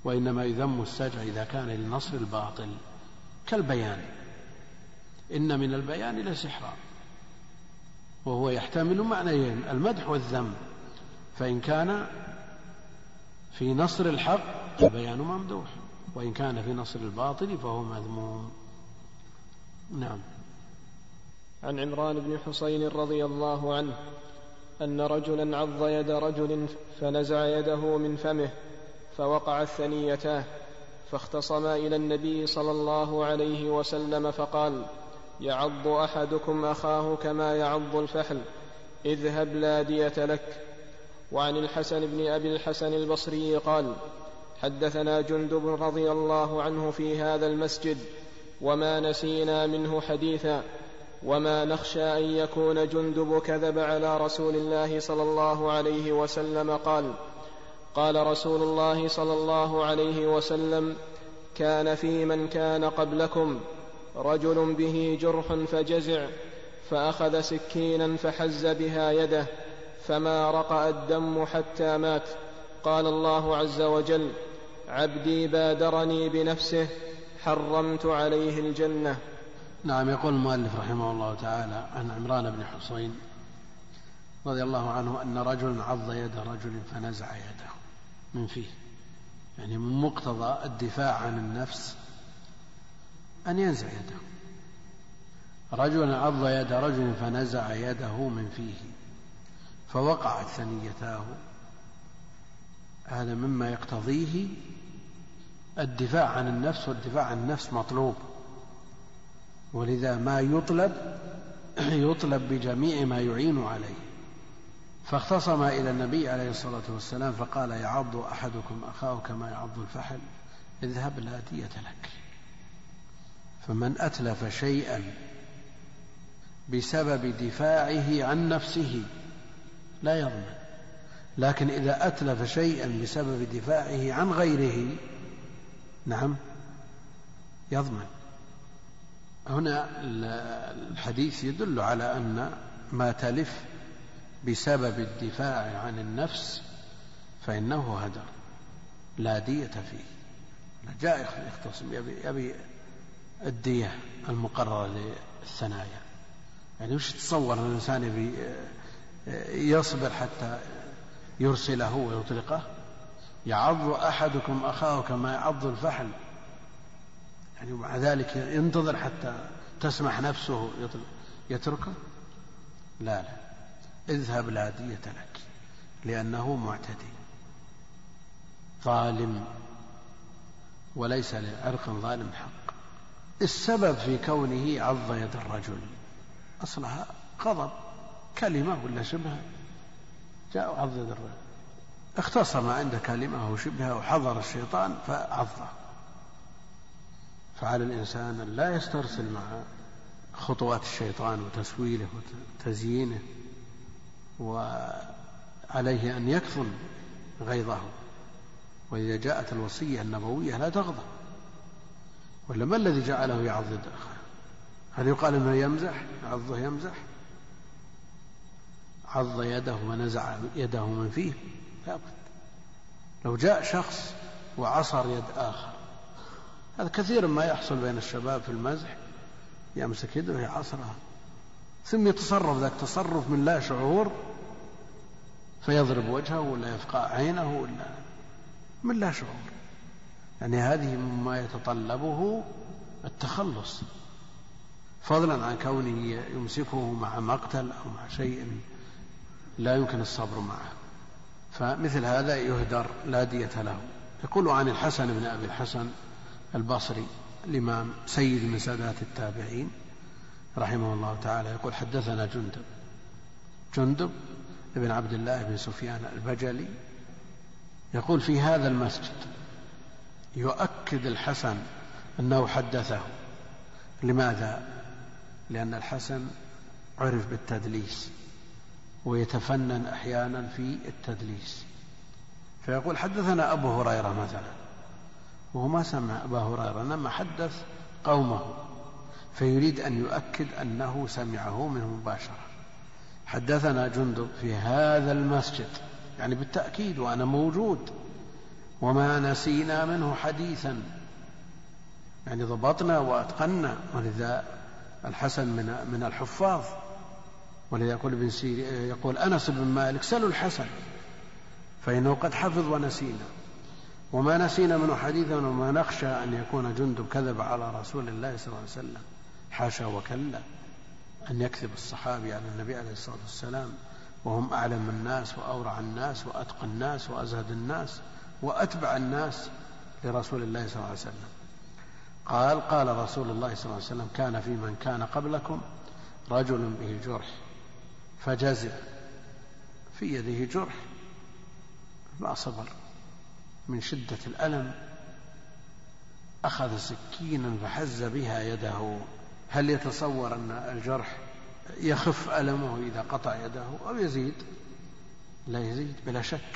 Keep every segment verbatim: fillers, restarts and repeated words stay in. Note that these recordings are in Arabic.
وإنما يذم السجع إذا كان لنصر الباطل كالبيان، إن من البيان لسحرا، وهو يحتمل معنيين المدح والذم، فإن كان في نصر الحق البيان ممدوح، وإن كان في نصر الباطل فهو مذموم. نعم. عن عمران بن حسين رضي الله عنه أن رجلا عض يد رجل فنزع يده من فمه فوقعت ثنيتاه، فاختصما إلى النبي صلى الله عليه وسلم فقال: يعض أحدكم أخاه كما يعض الفحل، اذهب لا دية لك. وعن الحسن بن أبي الحسن البصري قال: حدثنا جندب رضي الله عنه في هذا المسجد وما نسينا منه حديثا، وما نخشى أن يكون جندب كذب على رسول الله صلى الله عليه وسلم. قال: قال رسول الله صلى الله عليه وسلم: كان في من كان قبلكم رجل به جرح فجزع، فأخذ سكينا فحز بها يده، فما رقأ الدم حتى مات. قال الله عز وجل: عبدي بادرني بنفسه حرمت عليه الجنة. نعم. يقول المؤلف رحمه الله تعالى عن عمران بن حسين رضي الله عنه أن رجلا عض يد رجل فنزع يده من فيه، يعني من مقتضى الدفاع عن النفس أن ينزع يده. رجل عض يد رجل فنزع يده من فيه فوقعت ثنيتاه، هذا مما يقتضيه الدفاع عن النفس، والدفاع عن النفس مطلوب، ولذا ما يطلب يطلب بجميع ما يعين عليه. فاختصم إلى النبي عليه الصلاة والسلام فقال: يعض أحدكم أخاه كما يعض الفحل، اذهب لا دية لك. فمن أتلف شيئا بسبب دفاعه عن نفسه لا يضمن، لكن إذا أتلف شيئا بسبب دفاعه عن غيره نعم يضمن. هنا الحديث يدل على أن ما تلف بسبب الدفاع عن النفس فإنه هدر لا دية فيه. جاء يختصم يبي, يبي الدية المقررة للثنايا، يعني وش تصور أن الإنسان يبي يصبر حتى يرسله ويطلقه؟ يعض أحدكم أخاه كما يعض الفحل، يعني ومع ذلك ينتظر حتى تسمح نفسه يتركه؟ لا لا، اذهب لا دية لك، لأنه معتدي ظالم، وليس لعرق ظالم حق. السبب في كونه عض يد الرجل أصلها غضب، كلمة ولا شبه، جاء عض يد الرجل، اختصم عند كلمة أو شبهها وحضر الشيطان فعضه. فعلى الإنسان أن لا يسترسل مع خطوات الشيطان وتسويله وتزيينه، وعليه أن يكظم غيظه. وإذا جاءت الوصية النبوية لا تغضب، ولا ما الذي جعله يعض يد أخاه؟ هل يقال أنه يمزح؟ عضه يمزح؟ عض يده ونزع يده من فيه؟ لا بد. لو جاء شخص وعصر يد آخر، هذا كثير ما يحصل بين الشباب في المزح، يمسك يده ويعصرها ثم يتصرف ذاك تصرف من لا شعور فيضرب وجهه ولا يفقع عينه ولا من لا شعور. يعني هذه مما يتطلبه التخلص، فضلا عن كونه يمسكه مع مقتل أو مع شيء لا يمكن الصبر معه، فمثل هذا يهدر لا دية له. يقول عن الحسن بن أبي الحسن البصري الإمام سيد من سادات التابعين رحمه الله تعالى، يقول: حدثنا جندب جندب ابن عبد الله بن سفيان البجلي، يقول: في هذا المسجد، يؤكد الحسن أنه حدثه. لماذا؟ لأن الحسن عرف بالتدليس ويتفنن أحيانا في التدليس، فيقول: حدثنا أبو هريرة مثلا، وهو ما سمع أبا هريرة إنما حدث قومه، فيريد أن يؤكد أنه سمعه منه مباشرة. حدثنا جندب في هذا المسجد، يعني بالتأكيد وأنا موجود، وما نسينا منه حديثا، يعني ضبطنا وأتقنا. ولذا الحسن من من الحفاظ، ولذا يقول ابن سيرين يقول أنس بن مالك سلوا الحسن فإنه قد حفظ ونسينا. وما نسينا منه حديثا وما نخشى أن يكون جندب كذب على رسول الله صلى الله عليه وسلم، حاشا وكلا أن يكذب الصحابي على النبي عليه الصلاة والسلام وهم أعلم الناس وأورع الناس وأتقى الناس وأزهد الناس وأتبع الناس لرسول الله صلى الله عليه وسلم. قال قال رسول الله صلى الله عليه وسلم كان في من كان قبلكم رجل به جرح فجزع، في يده جرح ما صبر من شدة الألم، أخذ سكينا فحز بها يده. هل يتصور أن الجرح يخف ألمه إذا قطع يده أو يزيد؟ لا يزيد بلا شك.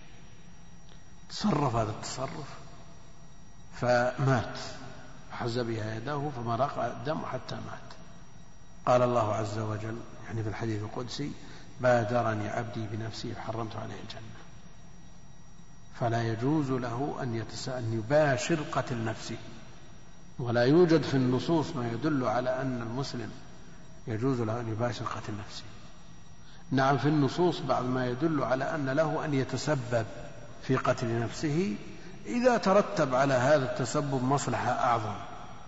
تصرف هذا التصرف فمات، حز بها يده فمرق الدم حتى مات. قال الله عز وجل يعني في الحديث القدسي بادرني عبدي بنفسي وحرمت عليه الجنة. فلا يجوز له أن, أن يباشر قتل نفسه، ولا يوجد في النصوص ما يدل على أن المسلم يجوز له أن يباشر قتل نفسه. نعم في النصوص بعض ما يدل على أن له أن يتسبب في قتل نفسه إذا ترتب على هذا التسبب مصلحة أعظم،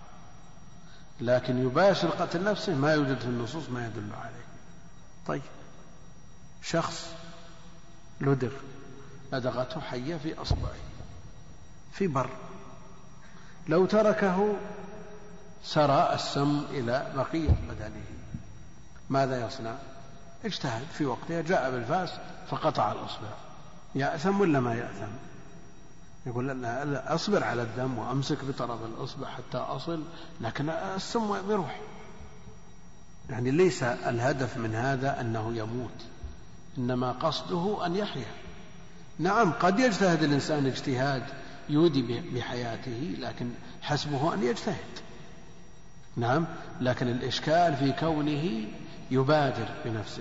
لكن يباشر قتل نفسه ما يوجد في النصوص ما يدل عليه. طيب شخص لدغ لدغته حية في أصبعه في بر، لو تركه سرى السم إلى بقية بدنه، ماذا يصنع؟ اجتهد في وقتها، جاء بالفاس فقطع الأصبع، يأثم ولا ما يأثم؟ يقول لا, لا أصبر على الدم وأمسك بطرف الأصبع حتى أصل، لكن السم يروح. يعني ليس الهدف من هذا أنه يموت، إنما قصده أن يحيا. نعم قد يجتهد الإنسان اجتهاد يودي بحياته، لكن حسبه أن يجتهد. نعم لكن الإشكال في كونه يبادر بنفسه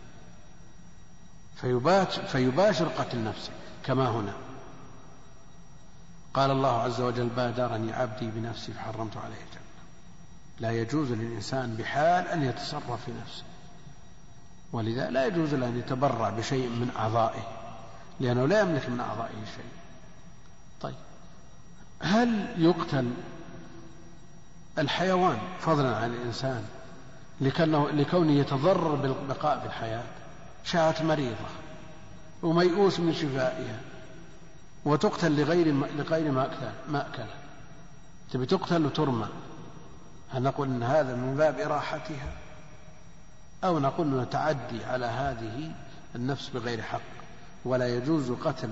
فيباشر قتل نفسه كما هنا. قال الله عز وجل بادرني عبدي بنفسي فحرمت عليه الجنة. لا يجوز للإنسان بحال أن يتصرف في نفسه، ولذا لا يجوز له أن يتبرع بشيء من أعضائه لأنه لا يملك من أعضائه شيء. طيب هل يقتل الحيوان فضلا عن الإنسان لكونه يتضرر بالبقاء في الحياة؟ شاة مريضة وميؤوس من شفائها وتقتل لغير لغير مأكل، تبي تقتل وترمى، هل نقول أن هذا من باب إراحتها أو نقول أنه تعدي على هذه النفس بغير حق؟ ولا يجوز قتل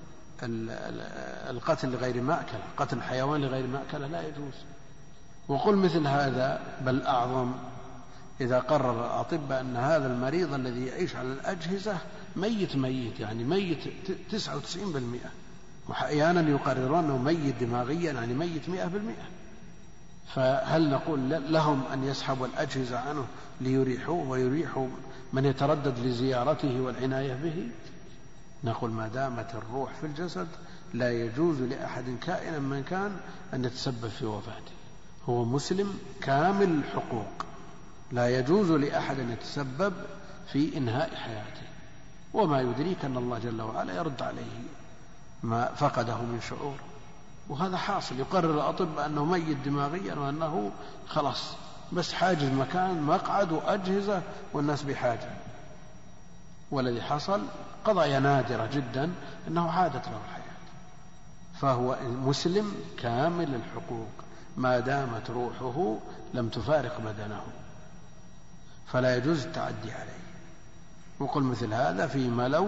القتل لغير مأكل، قتل الحيوان لغير مأكل لا يجوز. وقل مثل هذا بل أعظم إذا قرر الأطباء أن هذا المريض الذي يعيش على الأجهزة ميت ميت يعني ميت تسعة وتسعين بالمئة، وأحيانا يقررون أنه ميت دماغيا يعني ميت مئة بالمئة، فهل نقول لهم أن يسحبوا الأجهزة عنه ليريحوه ويريحوا من يتردد لزيارته والعناية به؟ نقول ما دامت الروح في الجسد لا يجوز لأحد كائنا من كان أن يتسبب في وفاته. هو مسلم كامل الحقوق، لا يجوز لأحد أن يتسبب في إنهاء حياته. وما يدريك أن الله جل وعلا يرد عليه ما فقده من شعور، وهذا حاصل. يقرر الأطباء أنه ميت دماغيا وأنه خلاص بس حاجز مكان مقعد وأجهزة والناس بحاجة، والذي حصل قضايا نادرة جدا أنه عادت له الحياة. فهو مسلم كامل الحقوق ما دامت روحه لم تفارق بدنه، فلا يجوز التعدي عليه. وقل مثل هذا فيما لو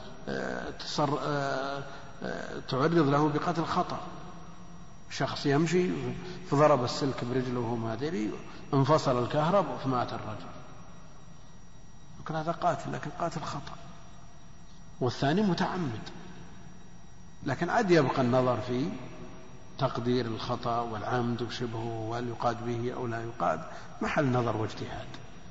تعرض له بقتل خطأ، شخص يمشي فضرب السلك برجله وهو ما دري انفصل الكهرب فمات الرجل، يمكن هذا قاتل لكن قاتل خطأ، والثاني متعمد. لكن عاد يبقى النظر في تقدير الخطأ والعمد وشبهه وهل يقاد به أو لا يقاد، محل نظر واجتهاد.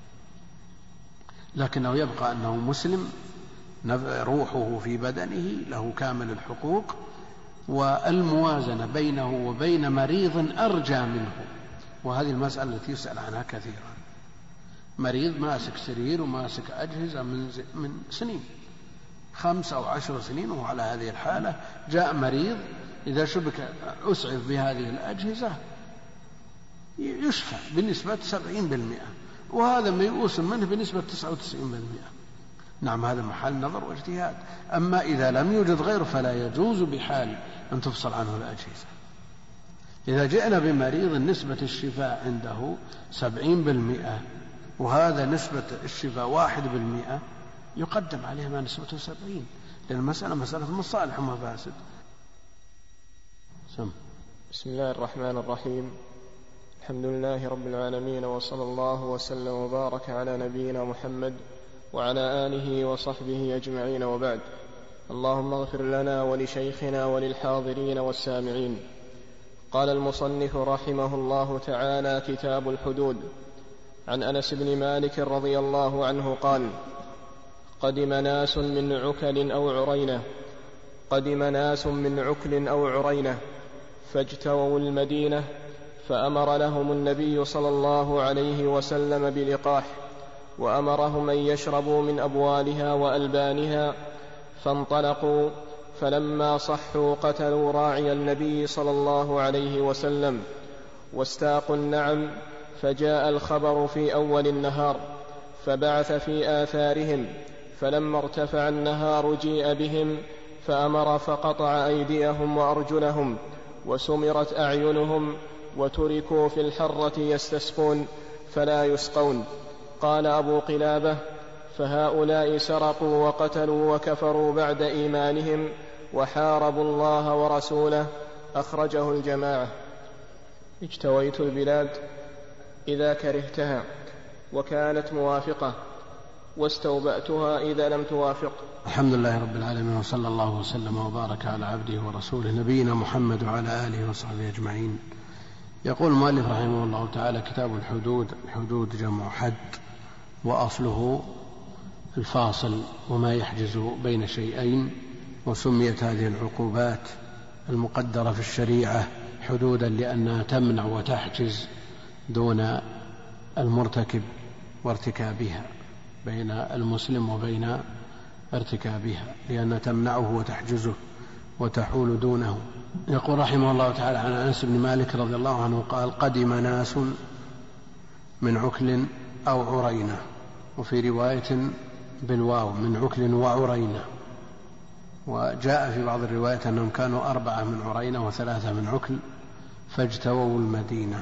لكنه يبقى أنه مسلم روحه في بدنه له كامل الحقوق، والموازنة بينه وبين مريض أرجى منه، وهذه المسألة التي يسأل عنها كثيرا. مريض ماسك سرير وماسك أجهزة من, من سنين، خمس أو عشر سنين وهو على هذه الحالة، جاء مريض إذا شبك أسعف بهذه الأجهزة يشفى بنسبة سبعين بالمئة، وهذا ميؤوس منه بنسبة تسعة وتسعين بالمئة. نعم هذا محل نظر واجتهاد. أما إذا لم يوجد غيره فلا يجوز بحال أن تفصل عنه الأجهزة. إذا جئنا بمريض نسبة الشفاء عنده سبعين بالمئة وهذا نسبة الشفاء واحد بالمئة يقدم عليه ما نسبته سبعين، لأن المسألة مسألة مصالح ومفاسد. سم. بسم الله الرحمن الرحيم. الحمد لله رب العالمين، وصلى الله وسلم وبارك على نبينا محمد وعلى آله وصحبه أجمعين، وبعد. اللهم اغفر لنا ولشيخنا وللحاضرين والسامعين. قال المصنف رحمه الله تعالى: كتاب الحدود. عن أنس بن مالك رضي الله عنه قال: قدم ناس من عكل أو عرينة قدم ناس من عكل أو عرينة فاجتووا المدينة، فأمر لهم النبي صلى الله عليه وسلم بلقاح، وأمرهم أن يشربوا من أبوالها وألبانها، فانطلقوا، فلما صحوا قتلوا راعي النبي صلى الله عليه وسلم واستاقوا النعم، فجاء الخبر في أول النهار، فبعث في آثارهم، فلما ارتفع النهار جيء بهم، فأمر فقطع أيديهم وأرجلهم، وسمرت أعينهم، وتركوا في الحرة يستسقون فلا يسقون. قال أبو قلابة: فهؤلاء سرقوا وقتلوا وكفروا بعد إيمانهم وحاربوا الله ورسوله. أخرجه الجماعة. اجتويت البلاد إذا كرهتها وكانت موافقة، واستوبأتها إذا لم توافق. الحمد لله رب العالمين، وصلى الله وسلم وبارك على عبده ورسوله نبينا محمد وعلى آله وصحبه أجمعين. يقول المؤلف رحمه الله تعالى: كتاب الحدود. الحدود جمع حد، وأصله الفاصل وما يحجز بين شيئين، وسميت هذه العقوبات المقدرة في الشريعة حدودا لأنها تمنع وتحجز دون المرتكب وارتكابها، بين المسلم وبين ارتكابها، لأنها تمنعه وتحجزه وتحول دونه. يقول رحمه الله تعالى عن أنس بن مالك رضي الله عنه قال: قدم ناس من عكل أو عرينة، وفي رواية بالواو من عكل وعرينة، وجاء في بعض الروايات أنهم كانوا أربعة من عرينة وثلاثة من عكل، فاجتووا المدينة.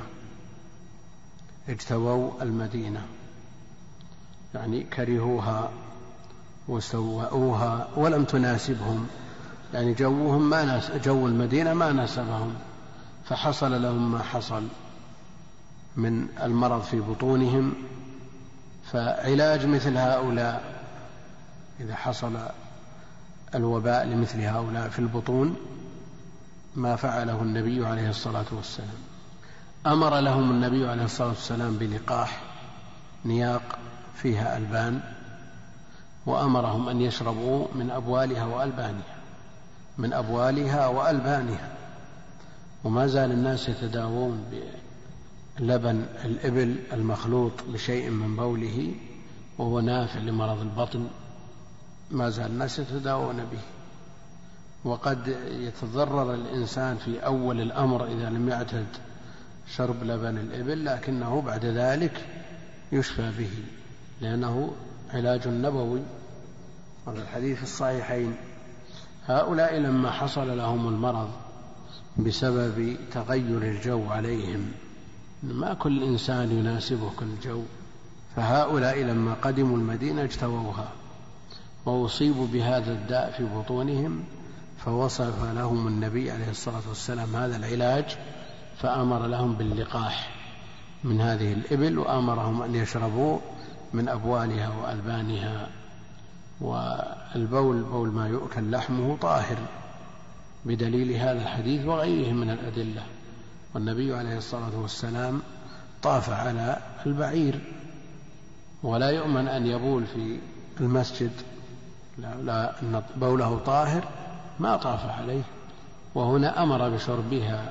اجتووا المدينة يعني كرهوها وسوؤوها ولم تناسبهم، يعني جوهم ما ناس جو المدينة ما ناسبهم، فحصل لهم ما حصل من المرض في بطونهم. فعلاج مثل هؤلاء إذا حصل الوباء لمثل هؤلاء في البطون ما فعله النبي عليه الصلاة والسلام. أمر لهم النبي عليه الصلاة والسلام بلقاح نياق فيها ألبان، وأمرهم أن يشربوا من أبوالها وألبانها من أبوالها وألبانها وما زال الناس يتداوون بلبن الإبل المخلوط بشيء من بوله وهو نافع لمرض البطن، ما زال الناس يتداوون به. وقد يتضرر الإنسان في أول الأمر إذا لم يعتد شرب لبن الإبل، لكنه بعد ذلك يشفى به لأنه علاج نبوي. هذا الحديث في الصحيحين. هؤلاء لما حصل لهم المرض بسبب تغير الجو عليهم، ما كل إنسان يناسبه كل جو، فهؤلاء لما قدموا المدينة اجتووها وأصيبوا بهذا الداء في بطونهم، فوصف لهم النبي عليه الصلاة والسلام هذا العلاج، فأمر لهم باللقاح من هذه الإبل، وأمرهم أن يشربوا من أبوالها وألبانها. والبول بول ما يؤكل لحمه طاهر بدليل هذا الحديث وغيره من الأدلة. والنبي عليه الصلاة والسلام طاف على البعير، ولا يؤمن أن يبول في المسجد لا أن بوله طاهر ما طاف عليه، وهنا أمر بشربها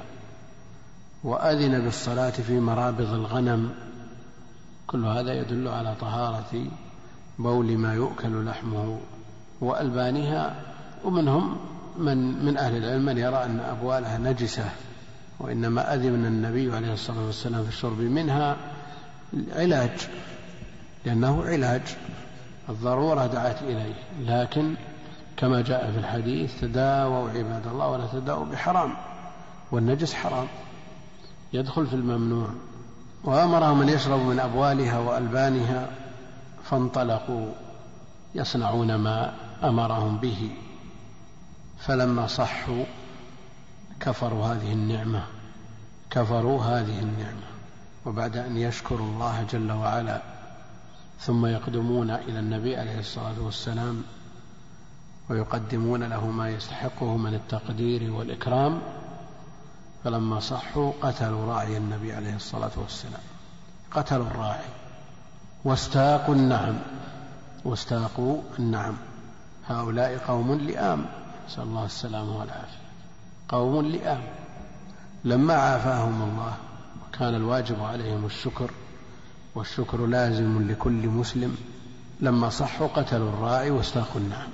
وأذن بالصلاة في مرابض الغنم. كل هذا يدل على طهارة بول ما يؤكل لحمه وألبانها. ومنهم من من أهل العلم من يرى أن أبوالها نجسة، وإنما أذن النبي عليه الصلاة والسلام في الشرب منها علاج، لأنه علاج الضرورة دعت إليه. لكن كما جاء في الحديث تداووا عباد الله ولا تداووا بحرام، والنجس حرام يدخل في الممنوع. وأمرهم أن يشربوا من أبوالها وألبانها، فانطلقوا يصنعون ما أمرهم به. فلما صحوا كفروا هذه النعمة كفروا هذه النعمة وبعد أن يشكروا الله جل وعلا ثم يقدمون إلى النبي عليه الصلاة والسلام ويقدمون له ما يستحقه من التقدير والإكرام، فلما صحوا قتلوا راعي النبي عليه الصلاة والسلام، قتلوا الراعي واستاقوا النعم واستاقوا النعم. هؤلاء قوم لئام، نسأل الله السلامة والعافية، قوم لئام. لما عافاهم الله وكان الواجب عليهم الشكر، والشكر لازم لكل مسلم، لما صحوا قتلوا الراعي واستاقوا النعم.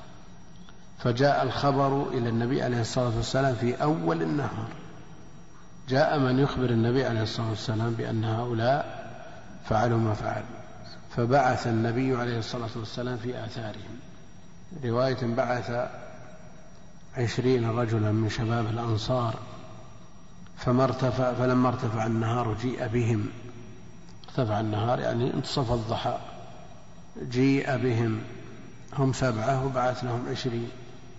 فجاء الخبر إلى النبي عليه الصلاة والسلام في أول النهار، جاء من يخبر النبي عليه الصلاة والسلام بأن هؤلاء فعلوا ما فعلوا، فبعث النبي عليه الصلاة والسلام في آثارهم. رواية بعث عشرين رجلا من شباب الأنصار، فما ارتفع فلما ارتفع النهار جيء بهم، ارتفع النهار يعني انتصف الضحى، جيء بهم، هم سبعة وبعث لهم عشرين،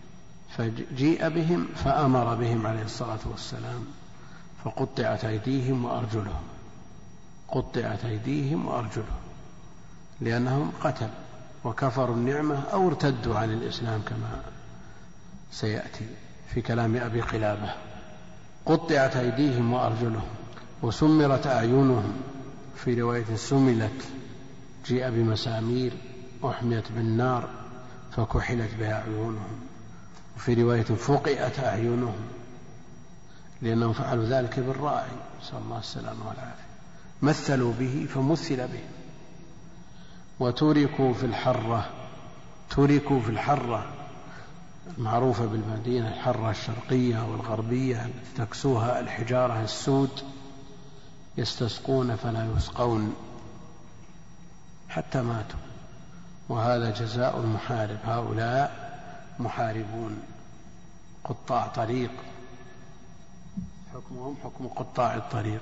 فجيء بهم فأمر بهم عليه الصلاة والسلام فقطعت أيديهم وأرجلهم، قطعت أيديهم وأرجلهم، لأنهم قتل وكفروا النعمة أو ارتدوا عن الإسلام كما سيأتي في كلام أبي قلابة. قطعت أيديهم وأرجلهم وسمرت أعينهم، في رواية سملت، جيء بمسامير أحميت بالنار فكحلت بها أعينهم، وفي رواية فقئت أعينهم، لأنهم فعلوا ذلك بالراعي، نسأل الله السلامة والعافية، مثلوا به فمثل به. وتركوا في الحرة، تركوا في الحرة المعروفة بالمدينة، الحرة الشرقية والغربية التي تكسوها الحجارة السود، يستسقون فلا يسقون حتى ماتوا، وهذا جزاء المحارب. هؤلاء محاربون قطاع طريق، حكمهم حكم قطاع الطريق،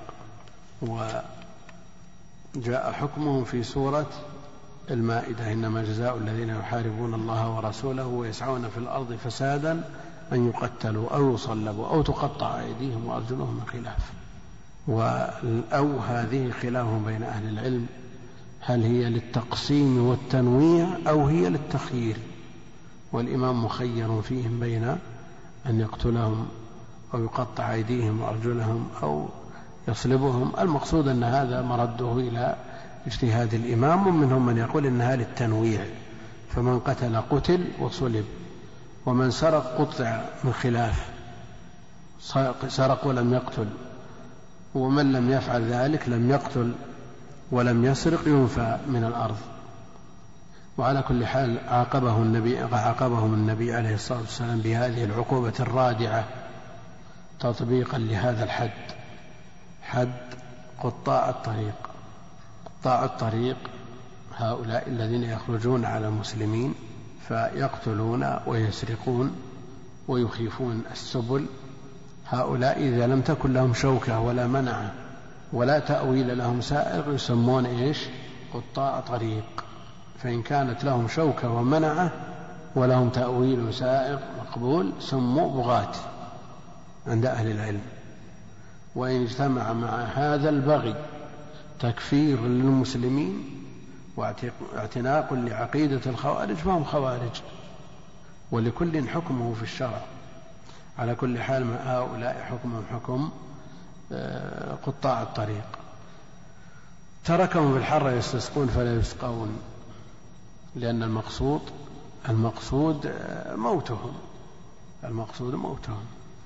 وجاء حكمهم في سورة المائدة: إنما جزاء الذين يحاربون الله ورسوله ويسعون في الأرض فسادا أن يقتلوا أو يصلبوا أو تقطع أيديهم وأرجلهم من خلاف. أو هذه خلاف بين أهل العلم، هل هي للتقسيم والتنويع أو هي للتخيير، والإمام مخير فيهم بين أن يقتلهم أو يقطع أيديهم وأرجلهم أو يصلبهم. المقصود أن هذا مرده إلى اجتهاد الإمام، ومنهم من يقول إنها للتنويع، فمن قتل قتل وصلب، ومن سرق قطع من خلاف، سرق ولم يقتل، ومن لم يفعل ذلك لم يقتل ولم يسرق ينفى من الأرض. وعلى كل حال عاقبه النبي عاقبهم النبي عليه الصلاة والسلام بهذه العقوبة الرادعة تطبيقا لهذا الحد، حد قطاع الطريق. قطاع الطريق هؤلاء الذين يخرجون على المسلمين فيقتلون ويسرقون ويخيفون السبل، هؤلاء إذا لم تكن لهم شوكة ولا منع ولا تأويل لهم سائغ يسمون إيش؟ قطاع طريق. فإن كانت لهم شوكة ومنعة ولهم تأويل سائغ مقبول سموا بغاة عند أهل العلم. وإن اجتمع مع هذا البغي تكفير للمسلمين واعتناق لعقيدة الخوارج فهم خوارج، ولكل حكمه في الشرع. على كل حال هؤلاء حكمهم حكم قطاع الطريق. تركهم في الحر يستسقون فلا يسقون، لأن المقصود المقصود موتهم المقصود موتهم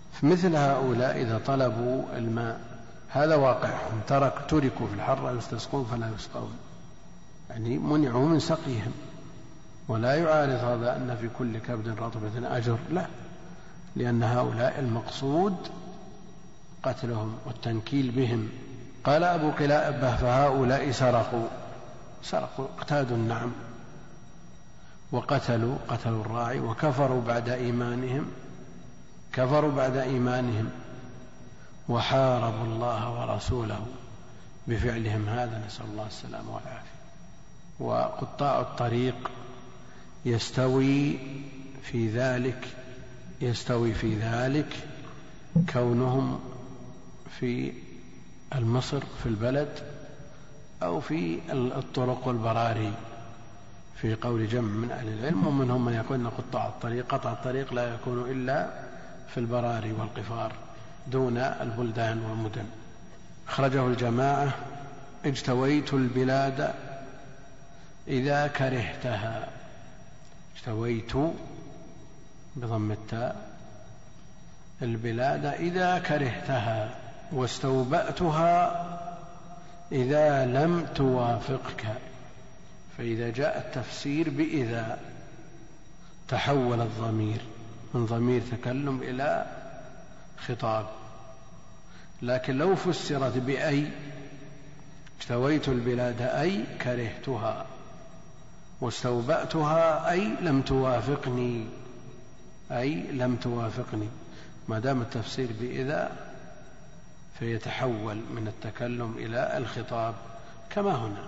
فمثل هؤلاء إذا طلبوا الماء هذا واقعهم، ترك تركوا في الحر لا يستسقون فلا يسقون، يعني منعوا من سقيهم. ولا يعارض هذا أن في كل كبد رطبة أجر، لا، لأن هؤلاء المقصود قتلهم والتنكيل بهم. قال أبو قلابة فهؤلاء سرقوا سرقوا اقتادوا النعم وقتلوا قتلوا الراعي وكفروا بعد إيمانهم كفروا بعد إيمانهم وحاربوا الله ورسوله بفعلهم هذا، نسأل الله السلامة والعافية. وقطاع الطريق يستوي في ذلك يستوي في ذلك كونهم في المصر في البلد أو في الطرق والبراري، في قول جمع من أهل العلم، ومنهم من يقول أن قطاع الطريق قطع الطريق لا يكون إلا في البراري والقفار دون البلدان والمدن. أخرجه الجماعة. اجتويت البلاد إذا كرهتها، اجتويت بضم التاء البلاد إذا كرهتها، واستوبأتها إذا لم توافقك. فإذا جاء التفسير بإذا تحول الضمير من ضمير تكلم إلى خطاب، لكن لو فسرت بأي اجتويت البلاد أي كرهتها، واستوبأتها أي لم توافقني أي لم توافقني. ما دام التفسير بإذا فيتحول من التكلم إلى الخطاب كما هنا.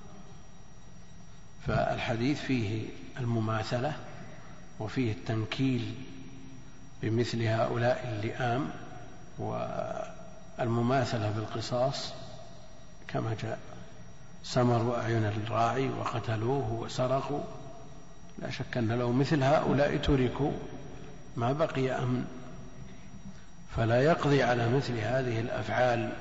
فالحديث فيه المماثلة وفيه التنكيل بمثل هؤلاء اللئام، والمماثلة بالقصاص كما جاء سمروا أعين الراعي وقتلوه وسرقوا. لا شك أن لو مثل هؤلاء تركوا ما بقي أمن، فلا يقضي على مثل هذه الأفعال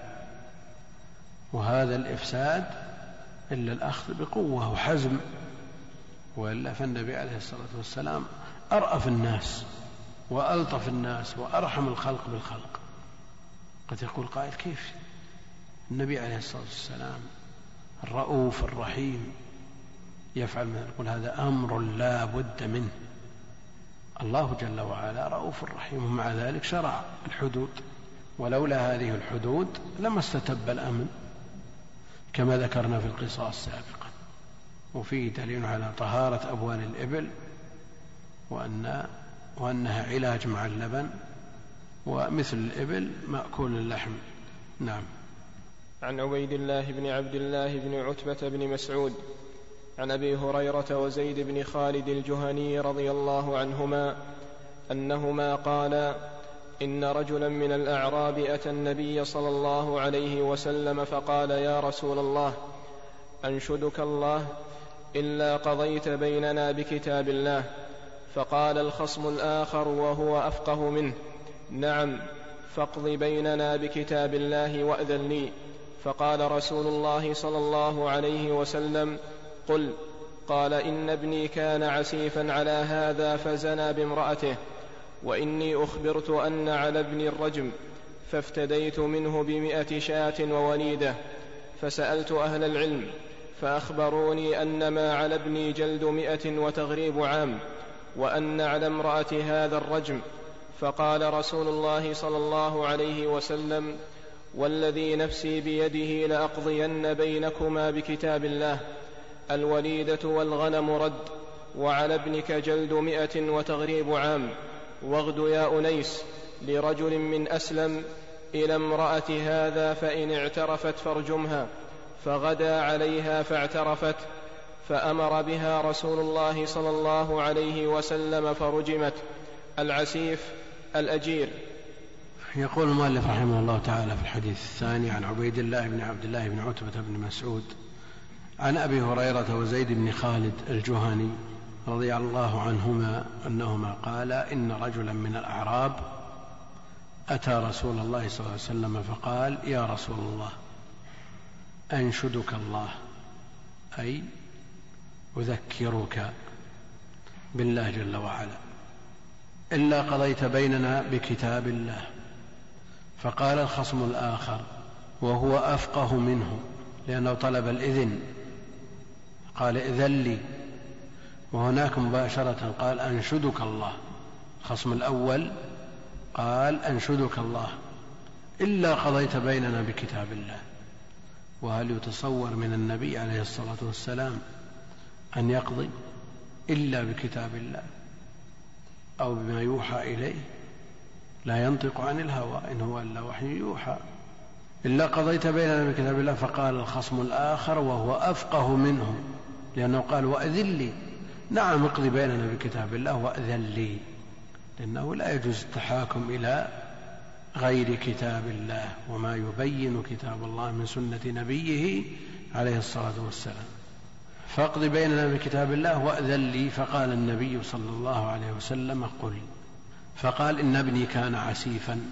وهذا الإفساد إلا الأخذ بقوة وحزم، وإلا فالنبي عليه الصلاة والسلام أرأف الناس وألطف الناس وأرحم الخلق بالخلق. قد يقول قائل كيف النبي عليه الصلاة والسلام الرؤوف الرحيم يفعل ما يقول؟ هذا أمر لا بد منه. الله جل وعلا رؤوف رحيم، ومع ذلك شرع الحدود، ولولا هذه الحدود لما استتب الأمن كما ذكرنا في القصاص سابقا. وفيه دليل على طهارة أبوال الإبل وأن وأنها علاج مع اللبن، ومثل الإبل مأكول اللحم. نعم. عن عبيد الله بن عبد الله بن عتبة بن مسعود عن أبي هريرة وزيد بن خالد الجهني رضي الله عنهما أنهما قالا: إن رجلا من الأعراب أتى النبي صلى الله عليه وسلم فقال: يا رسول الله، أنشدك الله إلا قضيت بيننا بكتاب الله. فقال الخصم الآخر وهو أفقه منه: نعم، فاقض بيننا بكتاب الله وأذن لي. فقال رسول الله صلى الله عليه وسلم: قل. قال: إن ابني كان عسيفا على هذا فزنى بامرأته، وإني أخبرت أن على ابني الرجم، فافتديت منه بمئة شاة ووليدة، فسألت أهل العلم فأخبروني أن ما على ابني جلد مئة وتغريب عام، وأن على امرأة هذا الرجم. فقال رسول الله صلى الله عليه وسلم: والذي نفسي بيده لأقضين بينكما بكتاب الله، الوليدة والغنم رد، وعلى ابنك جلد مئة وتغريب عام. واغد يا أنيس لرجل من أسلم إلى امرأة هذا، فإن اعترفت فارجمها. فغدا عليها فاعترفت، فأمر بها رسول الله صلى الله عليه وسلم فرجمت. العسيف الأجير. يقول المؤلف رحمه الله تعالى في الحديث الثاني عن عبيد الله بن عبد الله بن عتبة بن مسعود عن أبي هريرة وزيد بن خالد الجهني رضي الله عنهما أنهما قالا: إن رجلا من الأعراب أتى رسول الله صلى الله عليه وسلم فقال: يا رسول الله، أنشدك الله، أي أذكرك بالله جل وعلا، إلا قضيت بيننا بكتاب الله. فقال الخصم الآخر وهو أفقه منه لأنه طلب الإذن قال إذن لي، وهناك مباشرة قال أنشدك الله. الخصم الأول قال أنشدك الله إلا قضيت بيننا بكتاب الله. وهل يتصور من النبي عليه الصلاة والسلام أن يقضي إلا بكتاب الله أو بما يوحى إليه؟ لا ينطق عن الهوى إن هو إلا وحي يوحى. إلا قضيت بيننا بكتاب الله. فقال الخصم الآخر وهو أفقه منه لأنه قال وأذن لي. نعم اقضي بيننا بكتاب الله وأذن لي، لأنه لا يجوز التحاكم إلى غير كتاب الله وما يبين كتاب الله من سنة نبيه عليه الصلاة والسلام. فاقض بيننا بكتاب الله وأذن لي. فقال النبي صلى الله عليه وسلم قل. فقال إن ابني كان عسيفا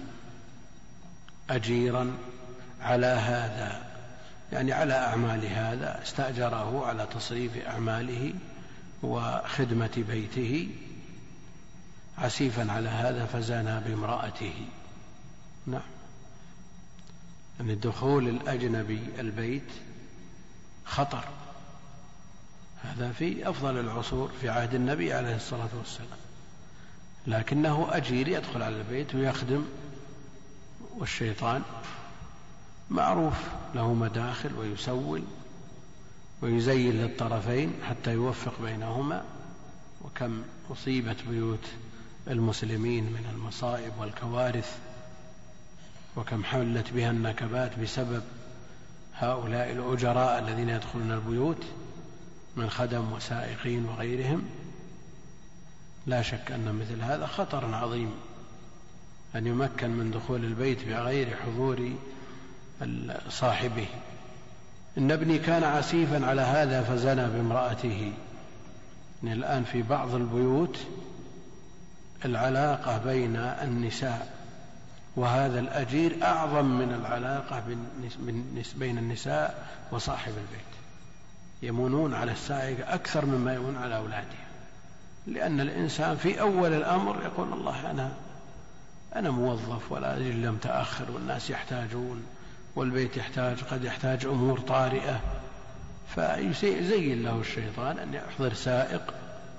أجيرا على هذا، يعني على أعمال هذا، استأجره على تصريف أعماله وخدمة بيته، عسيفا على هذا فزنى بامرأته. نعم، أن الدخول الأجنبي البيت خطر، هذا في أفضل العصور في عهد النبي عليه الصلاة والسلام، لكنه أجير يدخل على البيت ويخدم، والشيطان معروف له مداخل ويسول ويزين للطرفين حتى يوفق بينهما. وكم أصيبت بيوت المسلمين من المصائب والكوارث، وكم حلت بها النكبات بسبب هؤلاء الأجراء الذين يدخلون البيوت من خدم وسائقين وغيرهم. لا شك أن مثل هذا خطر عظيم، أن يمكن من دخول البيت بغير حضور صاحبه. إن ابني كان عسيفا على هذا فزنى بامرأته. الآن في بعض البيوت العلاقة بين النساء وهذا الأجير أعظم من العلاقة بين النساء وصاحب البيت، يمونون على السائق أكثر مما يمون على أولادهم، لأن الإنسان في أول الأمر يقول الله أنا أنا موظف ولا أجل لم تأخر، والناس يحتاجون والبيت يحتاج، قد يحتاج أمور طارئة، فيزين له الشيطان أن يحضر سائق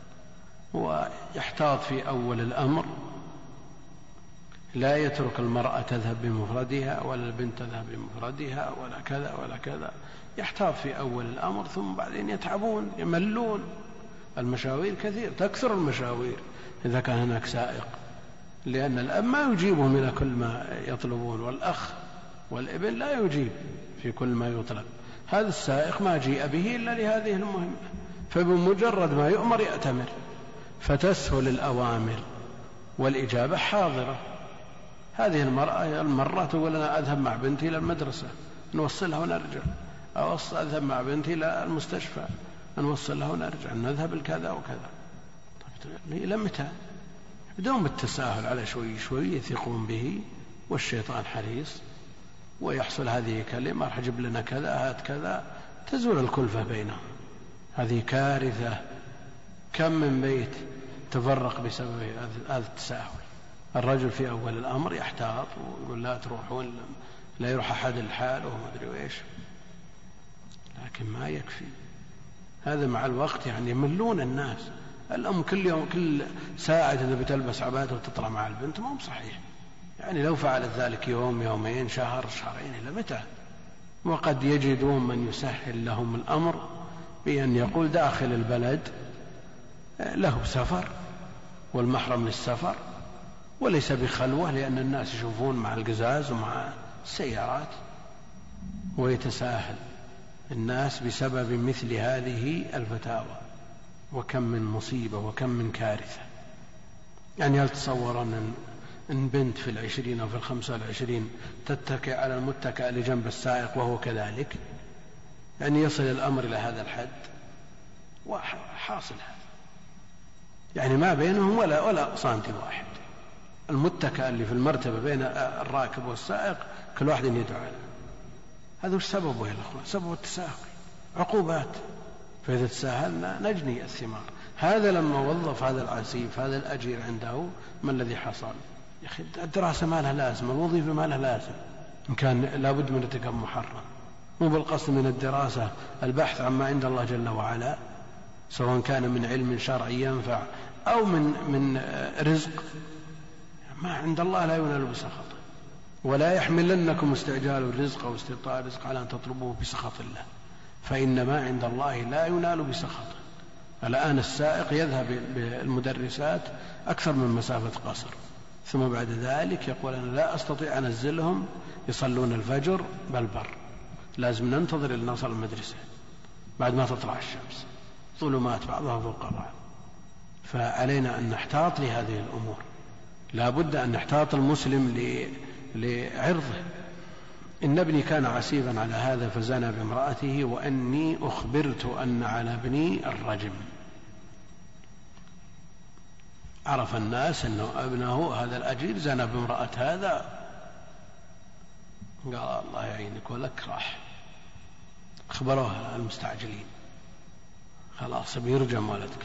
ويحتاط في أول الأمر، لا يترك المرأة تذهب بمفردها ولا البنت تذهب بمفردها ولا كذا ولا كذا، يحتاط في أول الأمر، ثم بعدين يتعبون يملون. المشاوير كثير، تكثر المشاوير إذا كان هناك سائق، لأن الأب ما يجيبهم إلى كل ما يطلبون، والأخ والابن لا يجيب في كل ما يطلب. هذا السائق ما جيء به إلا لهذه المهمة، فبمجرد ما يؤمر يأتمر، فتسهل الأوامر والإجابة حاضرة. هذه المرأة المرة تقول أنا أذهب مع بنتي إلى المدرسة نوصلها ونرجع، أو أذهب مع بنتي إلى المستشفى نوصلها ونرجع، نذهب الكذا وكذا. إلى متى؟ بدون بالتساهل، على شوي شوي يثقون به، والشيطان حريص، ويحصل هذه كلمة راح أجيب لنا كذا هات كذا، تزول الكلفة بينهم. هذه كارثة. كم من بيت تفرق بسبب هذا التساهل. الرجل في أول الأمر يحتاط ويقول لا تروحون، لا يروح أحد الحال وما أدري إيش، لكن ما يكفي هذا. مع الوقت يعني يملون الناس. الأم كل يوم كل ساعة إذا بتلبس عباده وتطلع مع البنت، ما هو صحيح. يعني لو فعلت ذلك يوم يومين شهر شهرين، إلى متى؟ وقد يجدون من يسهل لهم الأمر بأن يقول داخل البلد له سفر والمحرم للسفر، وليس بخلوة، لأن الناس يشوفون مع القزاز ومع السيارات، ويتساهل الناس بسبب مثل هذه الفتاوى. وكم من مصيبة وكم من كارثة. يعني هل تصورون أن بنت في العشرين أو في الخمسة والعشرين تتكئ على المتكئ لجنب السائق وهو كذلك؟ يعني يصل الأمر إلى هذا الحد، وحاصل هذا، يعني ما بينهم ولا ولا سنتي واحد. المتكئ اللي في المرتبة بين الراكب والسائق كل واحد يدعو له. هذا وش سببه يا الأخوان؟ سبب التساهل، عقوبات. فإذا تساهلنا نجني الثمار. هذا لما وظف هذا العسيف هذا الأجير عنده ما الذي حصل؟ يا أخي الدراسة ما لها لازمة، الوظيفة ما لها لازم، إن كان لابد من ارتكاب محرم. مو بالقصد من الدراسة البحث عما عند الله جل وعلا، سواء كان من علم شرعي ينفع أو من من رزق. ما عند الله لا ينال بسخطه، ولا يحملنكم استعجال الرزق أو استبطاء الرزق على أن تطلبوه بسخط الله، فإن ما عند الله لا ينال بسخطه. الآن السائق يذهب بالمدرسات أكثر من مسافة قصر، ثم بعد ذلك يقول أنا لا أستطيع أن أنزلهم يصلون الفجر بالبر، لازم ننتظر إلى نوصل المدرسة بعد ما تطلع الشمس، ظلمات بعضها فوق بعض. فعلينا أن نحتاط لهذه الأمور، لا بد أن نحتاط المسلم لعرضه. إن ابني كان عسيبا على هذا فزنى بامرأته وأني أخبرت أن على ابني الرجم. عرف الناس أن ابنه هذا الأجير زنى بامرأة هذا، قال الله يعينك ولك راح، أخبروها المستعجلين خلاص بيرجم ولدك.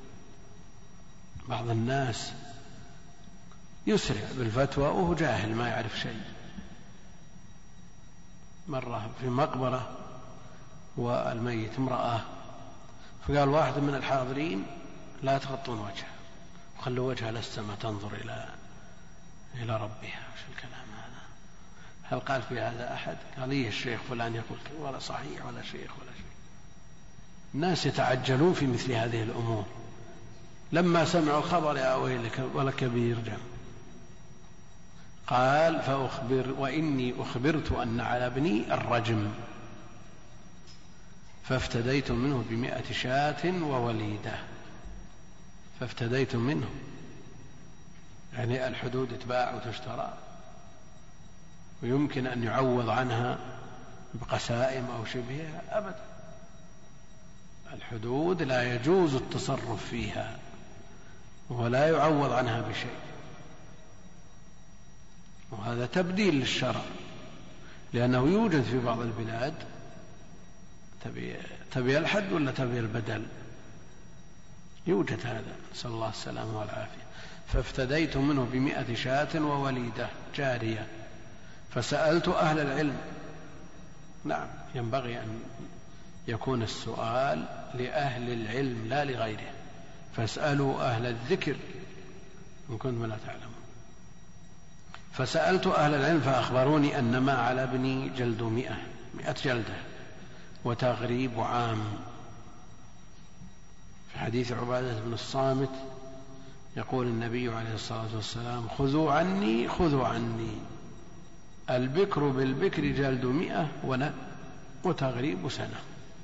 بعض الناس يسرع بالفتوى وهو جاهل ما يعرف شيء. مرة في مقبرة والميت امرأة، فقال واحد من الحاضرين لا تغطون وجهه وخلوا وجهها للسماء تنظر إلى إلى ربها. وش الكلام هذا؟ هل قال في هذا أحد؟ قال لي الشيخ فلان يقول ولا صحيح ولا شيخ ولا شيء. الناس يتعجلون في مثل هذه الأمور. لما سمعوا الخبر يا ويلك ولك بيرجم، قال فأخبر وإني أخبرت أن على ابني الرجم فافتديت منه بمائة شاة ووليدة. فافتديت منه يعني الحدود تباع وتشترى، ويمكن أن يعوض عنها بقسائم أو شبهها؟ أبدا، الحدود لا يجوز التصرف فيها ولا يعوض عنها بشيء، وهذا تبديل للشرع، لأنه يوجد في بعض البلاد تبي, تبي الحد ولا تبي البدل، يوجد هذا، نسأل الله السلامة والعافية. فافتديت منه بمائة شاة ووليدة جارية. فسألت أهل العلم، نعم ينبغي أن يكون السؤال لأهل العلم لا لغيره، فاسألوا أهل الذكر إن كنتم لا تعلمون. فسألت أهل العلم فأخبروني أن ما على ابني جلد مئة مئة جلدة وتغريب عام. في حديث عبادة بن الصامت يقول النبي عليه الصلاة والسلام خذوا عني خذوا عني، البكر بالبكر جلد مئة وتغريب سنة،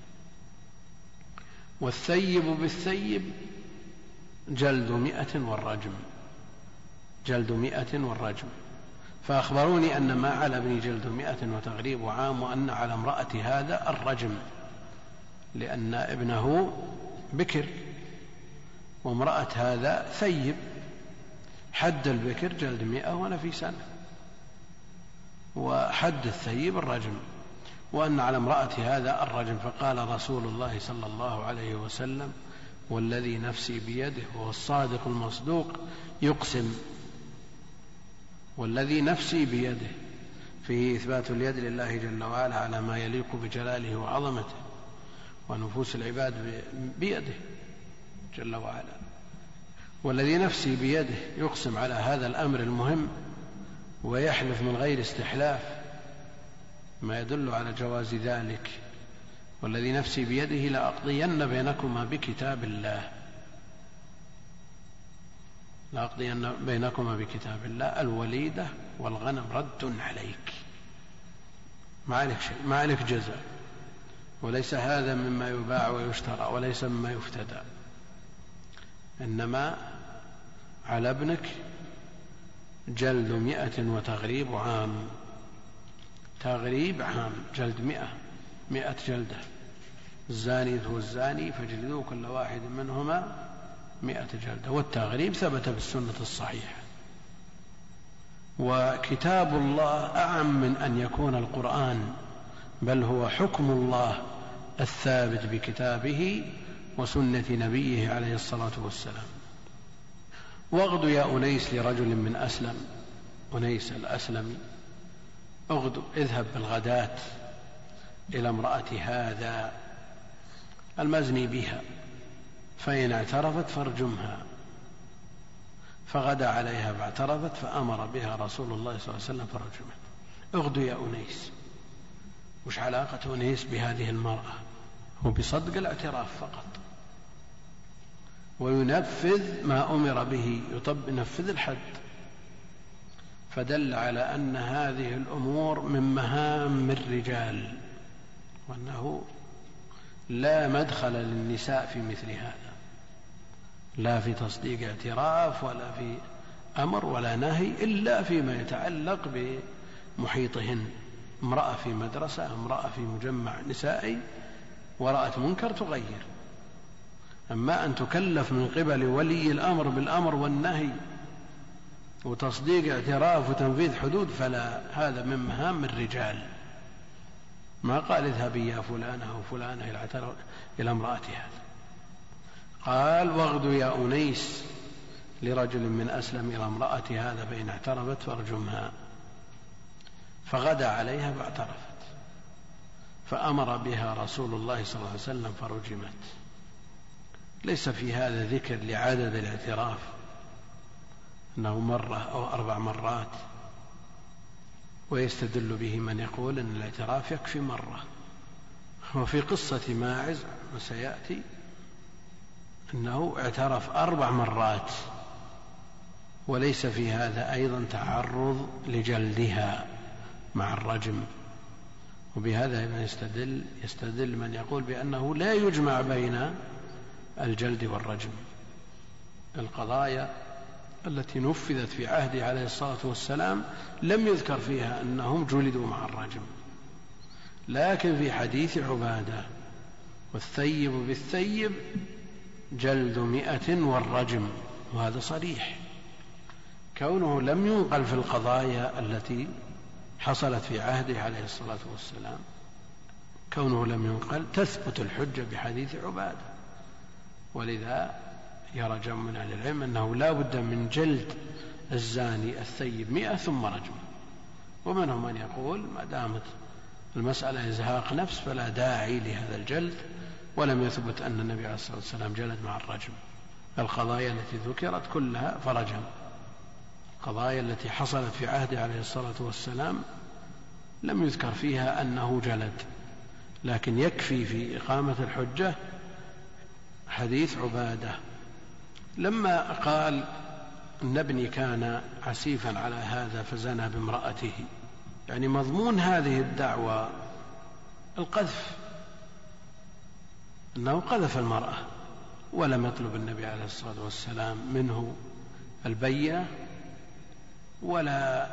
والثيب بالثيب جلد مئة والرجم جلد مئة والرجم. فأخبروني أن ما على ابني جلد مئة وتغريب عام، وأن على امرأة هذا الرجم، لأن ابنه بكر وامرأة هذا ثيب، حد البكر جلد مئة ونفي سنة، وحد الثيب الرجم، وأن على امرأة هذا الرجم. فقال رسول الله صلى الله عليه وسلم والذي نفسي بيده وهو الصادق المصدوق يقسم، والذي نفسي بيده فيه إثبات اليد لله جل وعلا على ما يليق بجلاله وعظمته، ونفوس العباد بيده جل وعلا. والذي نفسي بيده يقسم على هذا الأمر المهم ويحلف من غير استحلاف، ما يدل على جواز ذلك. والذي نفسي بيده لأقضين بينكما بكتاب الله لأقضين بينكما بكتاب الله الوليدة والغنم رد عليك، ما عليك شيء، ما عليك جزاء، وليس هذا مما يباع ويشترى وليس مما يفتدى، إنما على ابنك جلد مئة وتغريب عام. تغريب عام جلد مئة مئة جلدة، الزاني والزاني فجلدوا كل واحد منهما مئة جلدة. والتغريب ثبت بالسنة الصحيحة. وكتاب الله أعم من أن يكون القرآن، بل هو حكم الله الثابت بكتابه وسنة نبيه عليه الصلاة والسلام. واغد يا أنيس لرجل من أسلم، أنيس الأسلمي، اغد اذهب بالغداة إلى امرأة هذا المزني بها، فإن اعترفت فارجمها. فغدا عليها فاعترفت فأمر بها رسول الله صلى الله عليه وسلم فرجمت. اغد يا أنيس. وش علاقة أنيس بهذه المرأة؟ هو بصدق الاعتراف فقط، وينفذ ما أمر به، ينفذ الحد. فدل على أن هذه الأمور من مهام الرجال، وأنه لا مدخل للنساء في مثل هذا، لا في تصديق اعتراف ولا في أمر ولا نهي، إلا فيما يتعلق بمحيطهن. امرأة في مدرسة، امرأة في مجمع نسائي ورأت منكر تغير. أما أن تكلف من قبل ولي الأمر بالأمر والنهي وتصديق اعتراف وتنفيذ حدود، فلا، هذا من مهام الرجال. ما قال اذهبي يا فلانة أو فلانة إلى امرأة هذا. قال واغد يا أنيس لرجل من أسلم إلى امرأة هذا فإن اعترفت فارجمها. فغدا عليها فاعترفت فأمر بها رسول الله صلى الله عليه وسلم فرجمت. ليس في هذا ذكر لعدد الاعتراف أنه مرة أو أربع مرات، ويستدل به من يقول أن الاعتراف يكفي مرة. وفي قصة ماعز وسيأتي أنه اعترف أربع مرات، وليس في هذا أيضا تعرض لجلدها مع الرجم. وبهذا يستدل, يستدل من يقول بأنه لا يجمع بين الجلد والرجم. القضايا التي نفذت في عهده عليه الصلاة والسلام لم يذكر فيها أنهم جلدوا مع الرجم، لكن في حديث عبادة والثيب بالثيب جلد مئة والرجم، وهذا صريح. كونه لم ينقل في القضايا التي حصلت في عهده عليه الصلاة والسلام، كونه لم ينقل تثبت الحجة بحديث عبادة. ولذا يرى جمع من أهل العلم أنه لا بد من جلد الزاني الثيب مئة ثم رجم. ومنهم من يقول ما دامت المسألة إزهاق نفس فلا داعي لهذا الجلد، ولم يثبت أن النبي عليه الصلاة والسلام جلد مع الرجم. القضايا التي ذكرت كلها فرجم. القضايا التي حصلت في عهده عليه الصلاة والسلام لم يذكر فيها أنه جلد، لكن يكفي في إقامة الحجة حديث عبادة لما قال إن ابني كان عسيفا على هذا فزنى بامرأته، يعني مضمون هذه الدعوة القذف، أنه قذف المرأة، ولم يطلب النبي عليه الصلاة والسلام منه البينة ولا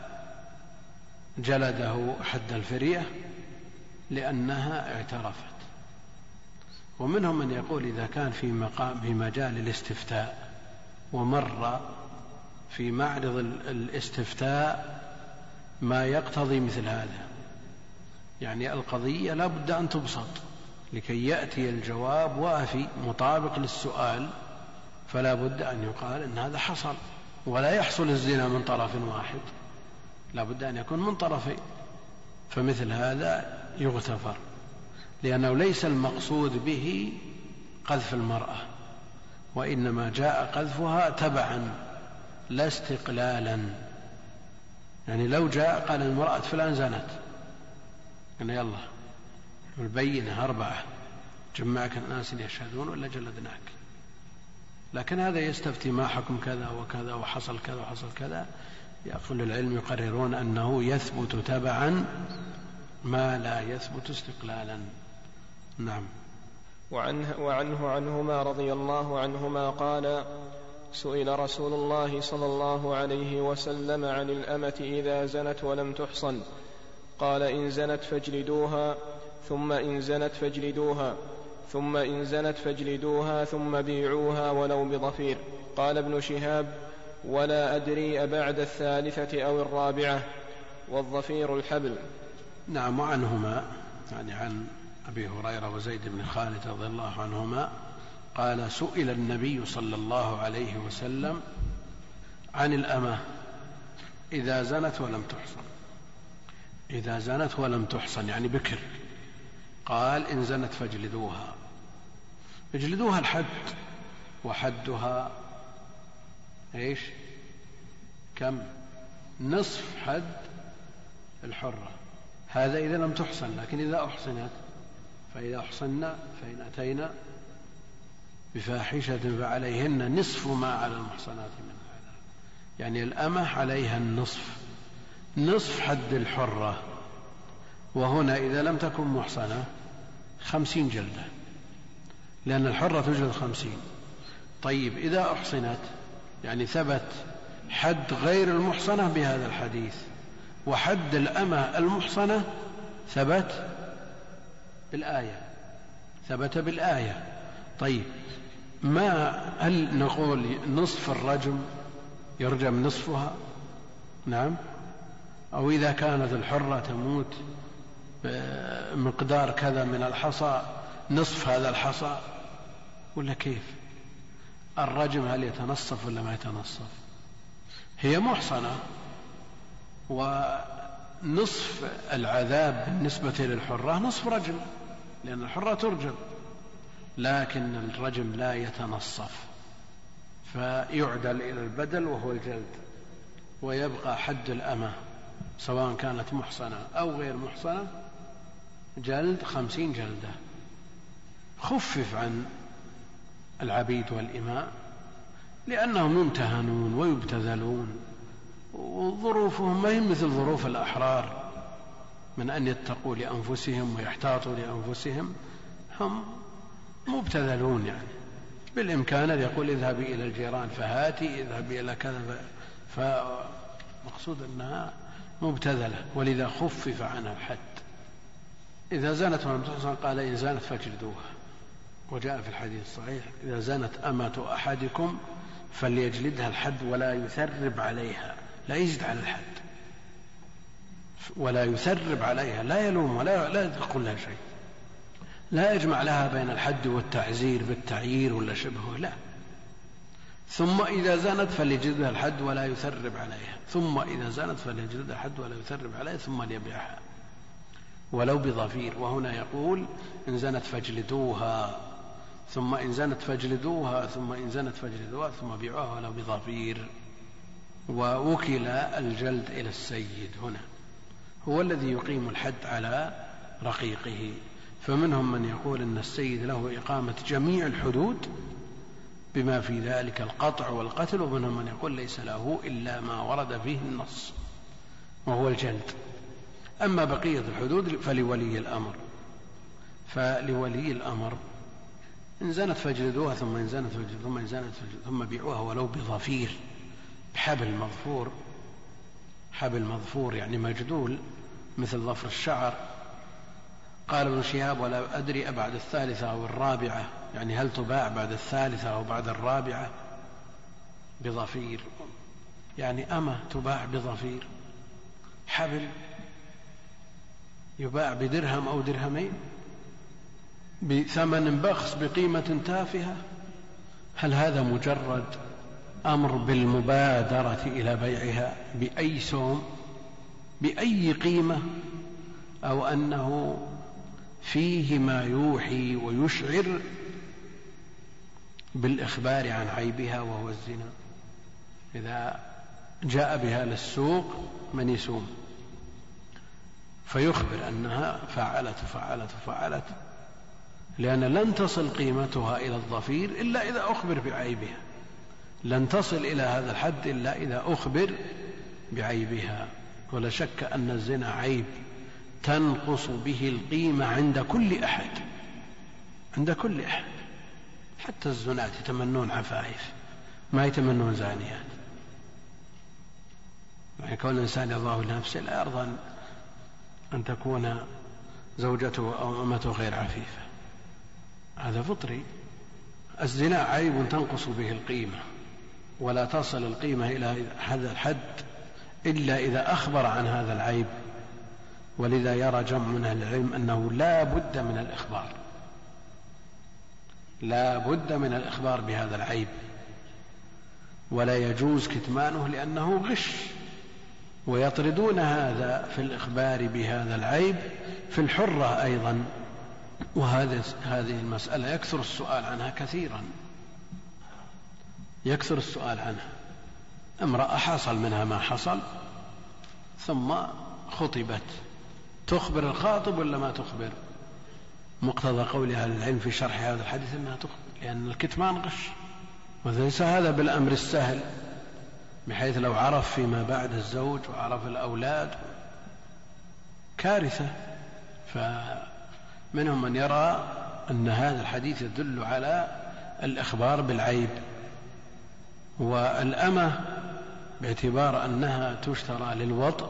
جلده حد الفرية لأنها اعترفت. ومنهم من يقول إذا كان في مقام في مجال الاستفتاء ومر في معرض الاستفتاء ما يقتضي مثل هذا، يعني القضية لا بد أن تبسط لكي يأتي الجواب وافي مطابق للسؤال، فلا بد أن يقال إن هذا حصل، ولا يحصل الزنا من طرف واحد، لا بد أن يكون من طرفين. فمثل هذا يغتفر، لأنه ليس المقصود به قذف المرأة، وإنما جاء قذفها تبعا لا استقلالا. يعني لو جاء قال المرأة فلان زنت، قلنا يلا البينة أربعة جمعك الناس يشهدون ولا جلدناك، لكن هذا يستفتي ما حكم كذا وكذا وحصل كذا وحصل كذا. يقول العلم يقررون أنه يثبت تبعا ما لا يثبت استقلالا. نعم. وعنه, وعنه عنهما رضي الله عنهما قال: سئل رسول الله صلى الله عليه وسلم عن الأمة إذا زنت ولم تحصن، قال: إن زنت فاجلدوها، ثم إن زنت فاجلدوها، ثم إن زنت فاجلدوها، ثم بيعوها ولو بضفير. قال ابن شهاب: ولا أدري أبعد الثالثة أو الرابعة، والضفير الحبل. نعم. وعنهما يعني عن أبي هريرة وزيد بن خالد رضي الله عنهما قال سئل النبي صلى الله عليه وسلم عن الأمة إذا زنت ولم تحصن، إذا زنت ولم تحصن يعني بكر، قال إن زنت فاجلدوها، اجلدوها الحد، وحدها ايش؟ كم؟ نصف حد الحرة، هذا إذا لم تحصن. لكن إذا أحصنت فإذا أحصنا فإن أتينا بفاحشة فعليهن نصف ما على المحصنات من هذا، يعني الأمة عليها النصف، نصف حد الحرة. وهنا إذا لم تكن محصنة خمسين جلدة، لأن الحرة تجلد خمسين. طيب إذا أحصنت يعني ثبت حد غير المحصنة بهذا الحديث، وحد الأمة المحصنة ثبت بالآية، ثبت بالآية. طيب ما هل نقول نصف الرجم يرجم نصفها؟ نعم. أو إذا كانت الحرة تموت بمقدار كذا من الحصى نصف هذا الحصى، ولا كيف؟ الرجم هل يتنصف ولا ما يتنصف؟ هي محصنة، ونصف العذاب بالنسبة للحرة نصف رجم، لأن الحرة ترجم، لكن الرجم لا يتنصف، فيعدل إلى البدل وهو الجلد، ويبقى حد الأمة سواء كانت محصنة أو غير محصنة جلد خمسين جلدة. خفف عن العبيد والإماء لأنهم يمتهنون ويبتذلون، وظروفهم ما هي مثل ظروف الأحرار من أن يتقوا لأنفسهم ويحتاطوا لأنفسهم، هم مبتذلون. يعني بالإمكان أن يقول اذهبي إلى الجيران فهاتي، اذهبي إلى كذا، فمقصود أنها مبتذلة، ولذا خفف عنها الحد. إذا زنت ولم تحصن قال إن زنت فاجلدوها. وجاء في الحديث الصحيح إذا زنت أمة أحدكم فليجلدها الحد ولا يثرب عليها، لا يزد على الحد، ولا يثرب عليها، لا يلوم ولا لا يقول لها شيء، لا يجمع لها بين الحد والتعزير بالتعيير ولا شبهه، لا. ثم إذا زنت فليجلدها الحد ولا يثرب عليها، ثم إذا زنت فليجلدها الحد ولا يثرب عليها، ثم ليبيعها ولو بظفير. وهنا يقول إن زنت فاجلدوها، ثم إن زنت فاجلدوها، ثم إن زنت فاجلدوها، ثم بيعوها ولو بظفير. ووكل الجلد إلى السيد، هنا هو الذي يقيم الحد على رقيقه. فمنهم من يقول أن السيد له إقامة جميع الحدود بما في ذلك القطع والقتل، ومنهم من يقول ليس له إلا ما ورد فيه النص وهو الجلد. أما بقية الحدود فلولي الأمر، فلولي الأمر إن زنت فاجلدوها، ثم إن زنت فاجلدوها، ثم إن زنت فاجلدوها، ثم بيعوها ولو بظفير، بحبل مظفور. حبل مظفور يعني مجدول مثل ظفر الشعر. قال ابن شهاب ولا أدري أبعد الثالثة أو الرابعة، يعني هل تباع بعد الثالثة أو بعد الرابعة بظفير، يعني أمة تباع بظفير، حبل يباع بدرهم أو درهمين بثمن بخس بقيمة تافهة. هل هذا مجرد أمر بالمبادرة إلى بيعها بأي سوم بأي قيمة، أو أنه فيه ما يوحي ويشعر بالإخبار عن عيبها وهو الزنا؟ إذا جاء بها للسوق من يسوم فيخبر أنها فعلت فعلت فعلت، لأن لن تصل قيمتها إلى الظفير إلا إذا أخبر بعيبها، لن تصل إلى هذا الحد إلا إذا أخبر بعيبها. ولا شك أن الزنا عيب تنقص به القيمة عند كل أحد، عند كل أحد. حتى الزنات يتمنون عفائف، ما يتمنون زانيات. يعني كون الإنسان يرضاه لنفسه لا يرضى أن تكون زوجته أو أمته غير عفيفة، هذا فطري. الزنا عيب تنقص به القيمة، ولا تصل القيمة إلى هذا الحد إلا إذا أخبر عن هذا العيب. ولذا يرى جمع من أهل العلم أنه لا بد من الإخبار، لا بد من الإخبار بهذا العيب، ولا يجوز كتمانه لأنه غش، ويطردون هذا في الإخبار بهذا العيب في الحرة أيضا. وهذه هذه المسألة يكثر السؤال عنها كثيرا، يكثر السؤال عنها. امرأة حصل منها ما حصل ثم خطبت، تخبر الخاطب ولا ما تخبر؟ مقتضى قول أهل العلم في شرح هذا الحديث أنها تخبر، لأن الكتمان غش، وليس هذا بالأمر السهل، بحيث لو عرف فيما بعد الزوج وعرف الأولاد كارثة. فمنهم من يرى أن هذا الحديث يدل على الإخبار بالعيب. والأمة باعتبار أنها تشترى للوطء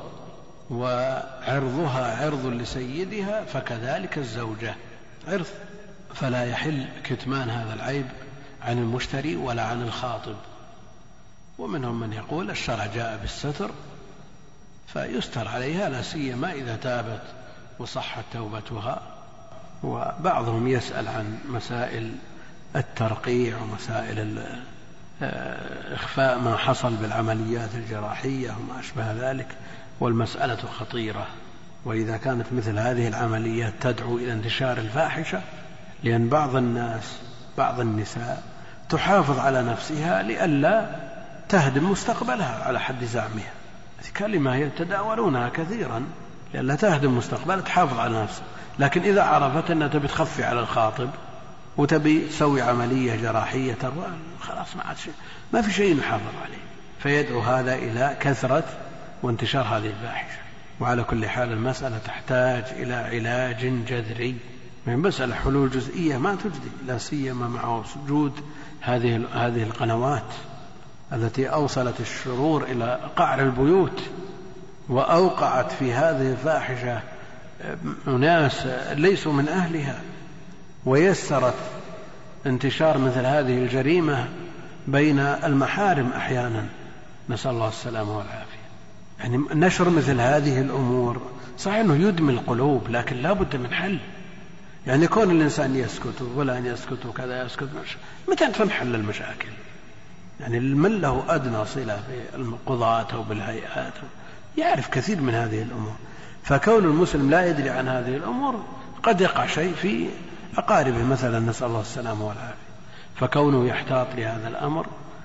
وعرضها عرض لسيدها، فكذلك الزوجة عرض، فلا يحل كتمان هذا العيب عن المشتري ولا عن الخاطب. ومنهم من يقول الشرع جاء بالستر فيستر عليها، لا سيما إذا تابت وصحت توبتها. وبعضهم يسأل عن مسائل الترقيع ومسائل إخفاء ما حصل بالعمليات الجراحية وما أشبه ذلك، والمسألة خطيرة. وإذا كانت مثل هذه العمليات تدعو إلى انتشار الفاحشة، لأن بعض الناس بعض النساء تحافظ على نفسها لئلا تهدم مستقبلها على حد زعمها، هذه كلمة يتداولونها كثيرا، لئلا تهدم مستقبلها تحافظ على نفسها. لكن إذا عرفت أنها تبي تخفي على الخاطب وتبي تسوي عملية جراحية تروى، خلاص ما عاد شيء، ما في شيء نحافظ عليه، فيدعو هذا إلى كثرة وانتشار هذه الفاحشة. وعلى كل حال المسألة تحتاج إلى علاج جذري، من مسألة حلول جزئية ما تجدي، لا سيما مع وجود هذه هذه القنوات التي أوصلت الشرور إلى قعر البيوت، وأوقعت في هذه الفاحشة ناس ليسوا من أهلها، ويسرت انتشار مثل هذه الجريمة بين المحارم أحيانا، نسأل الله السلامة والعافية. يعني نشر مثل هذه الأمور صحيح أنه يدمي القلوب، لكن لا بد من حل. يعني كون الإنسان يسكت ولا أن يسكت وكذا يسكت، متى تنحل المشاكل؟ يعني من له أدنى صلة في القضاة أو بالهيئات يعرف كثير من هذه الأمور، فكون المسلم لا يدري عن هذه الأمور قد يقع شيء في أقاربه مثلا، نسأل الله السلامة والعافية. فكونه يحتاط لهذا الأمر،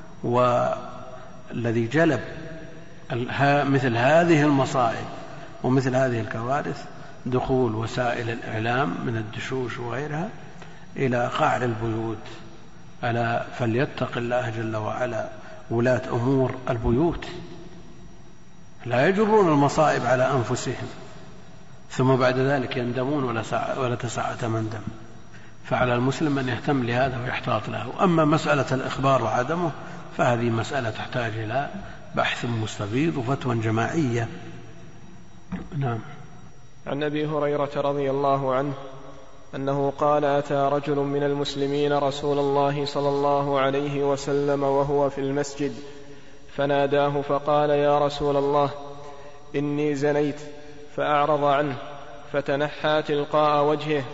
والذي جلب مثل هذه المصائب ومثل هذه الكوارث دخول وسائل الإعلام من الدشوش وغيرها إلى قعر البيوت. ألا فليتق الله جل وعلا ولاة أمور البيوت، لا يجرون المصائب على أنفسهم ثم بعد ذلك يندمون ولا, ولا تسعة مندم. فعلى المسلم أن يهتم لهذا ويحتاط له. أما مسألة الإخبار وعدمه فهذه مسألة تحتاج إلى بحث مستفيض وفتوى جماعية. نعم. عن أبي هريرة رضي الله عنه أنه قال: أتى رجل من المسلمين رسول الله صلى الله عليه وسلم وهو في المسجد فناداه فقال: يا رسول الله إني زنيت، فأعرض عنه فتنحى تلقاء وجهه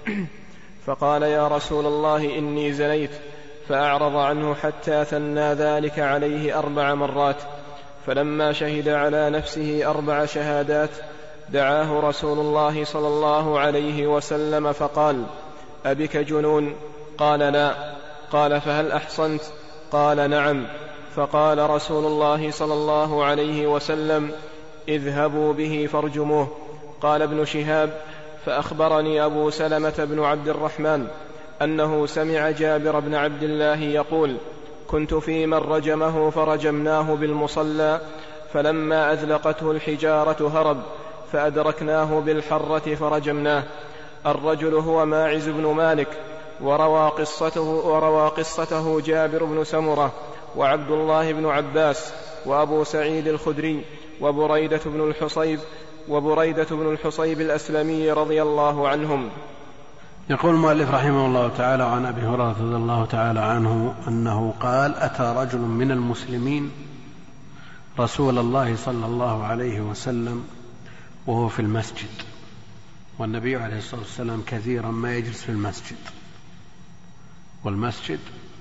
فقال: يا رسول الله إني زنيت، فأعرض عنه حتى ثنى ذلك عليه أربع مرات، فلما شهد على نفسه أربع شهادات دعاه رسول الله صلى الله عليه وسلم فقال: أبك جنون؟ قال: لا. قال: فهل أحصنت؟ قال: نعم. فقال رسول الله صلى الله عليه وسلم: اذهبوا به فارجموه. قال ابن شهاب: فأخبرني أبو سلمة بن عبد الرحمن أنه سمع جابر بن عبد الله يقول: كنت في من رجمه فرجمناه بالمصلى، فلما أذلقته الحجارة هرب، فأدركناه بالحرة فرجمناه. الرجل هو ماعز بن مالك، وروى قصته, وروى قصته جابر بن سمرة وعبد الله بن عباس وأبو سعيد الخدري وبريدة بن الحصيب وبريدة بن الحصيب الأسلمي رضي الله عنهم. يقول المؤلف رحمه الله تعالى عن أبي هريرة رضي الله تعالى عنه أنه قال: أتى رجل من المسلمين رسول الله صلى الله عليه وسلم وهو في المسجد، والنبي عليه الصلاة والسلام كثيرا ما يجلس في المسجد، والمسجد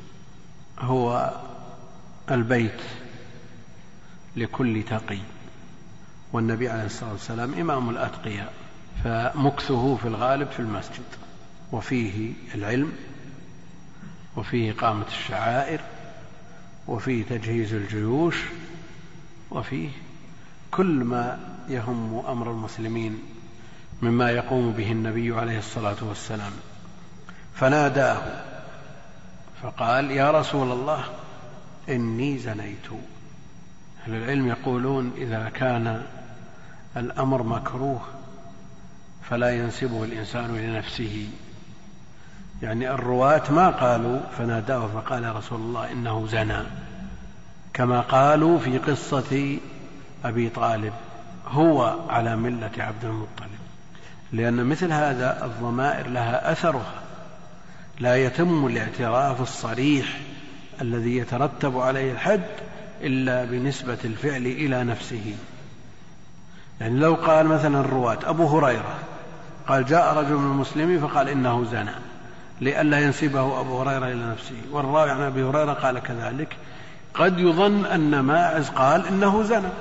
هو البيت لكل تقي، والنبي عليه الصلاة والسلام إمام الأتقياء، فمكثه في الغالب في المسجد، وفيه العلم، وفيه إقامة الشعائر، وفيه تجهيز الجيوش، وفيه كل ما يهم أمر المسلمين مما يقوم به النبي عليه الصلاة والسلام. فناداه فقال: يا رسول الله إني زنيت. أهل العلم يقولون إذا كان الأمر مكروه فلا ينسبه الإنسان لنفسه، يعني الرواة ما قالوا فناداه فقال يا رسول الله إنه زنى، كما قالوا في قصة أبي طالب هو على ملة عبد المطلب، لأن مثل هذا الضمائر لها أثرها، لا يتم الاعتراف الصريح الذي يترتب عليه الحد إلا بنسبة الفعل إلى نفسه. يعني لو قال مثلا الرواة أبو هريرة قال جاء رجل من المسلمين فقال إنه زنى لئلا ينسبه أبو هريرة إلى نفسه، والراوي عن أبي هريرة قال كذلك، قد يظن أن ماعز قال إنه زنى،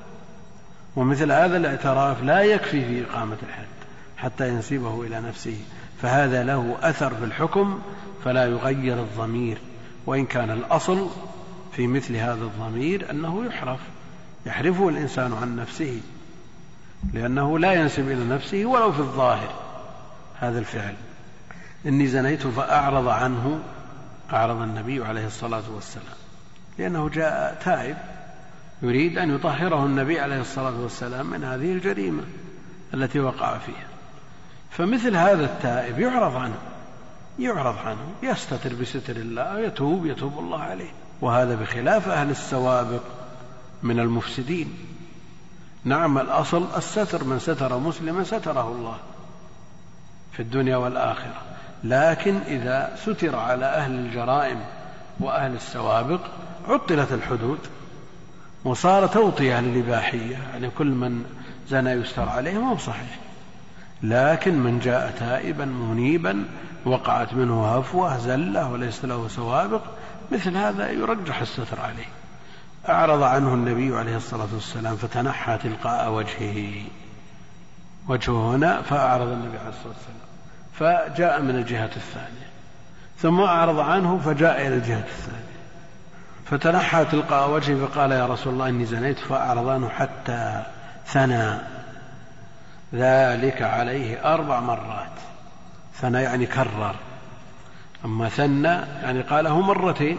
ومثل هذا الاعتراف لا يكفي في إقامة الحد حتى ينسبه إلى نفسه، فهذا له أثر في الحكم فلا يغير الضمير، وإن كان الأصل في مثل هذا الضمير أنه يحرف يحرفه الإنسان عن نفسه، لأنه لا ينسب إلى نفسه ولو في الظاهر هذا الفعل. إني زنيت فأعرض عنه، أعرض النبي عليه الصلاة والسلام، لأنه جاء تائب يريد أن يطهره النبي عليه الصلاة والسلام من هذه الجريمة التي وقع فيها. فمثل هذا التائب يعرض عنه يعرض عنه يستتر بستر الله، يتوب يتوب الله عليه، وهذا بخلاف أهل السوابق من المفسدين. نعم الأصل الستر، من ستر مسلما ستره الله في الدنيا والآخرة، لكن إذا ستر على أهل الجرائم وأهل السوابق عطلت الحدود وصار توطية للإباحية، يعني كل من زنى يستر عليه ما هو صحيح، لكن من جاء تائبا منيبا وقعت منه هفوة زلة وليس له سوابق مثل هذا يرجح الستر عليه. أعرض عنه النبي عليه الصلاة والسلام فتنحى تلقاء وجهه، وجهه هنا، فأعرض النبي عليه الصلاة والسلام فجاء من الجهة الثانية، ثم أعرض عنه فجاء إلى الجهة الثانية، فتنحى تلقاء وجهه فقال يا رسول الله إني زنيت، فأعرض عنه حتى ثنى ذلك عليه أربع مرات. ثنى يعني كرر، أما ثنى يعني قاله مرتين،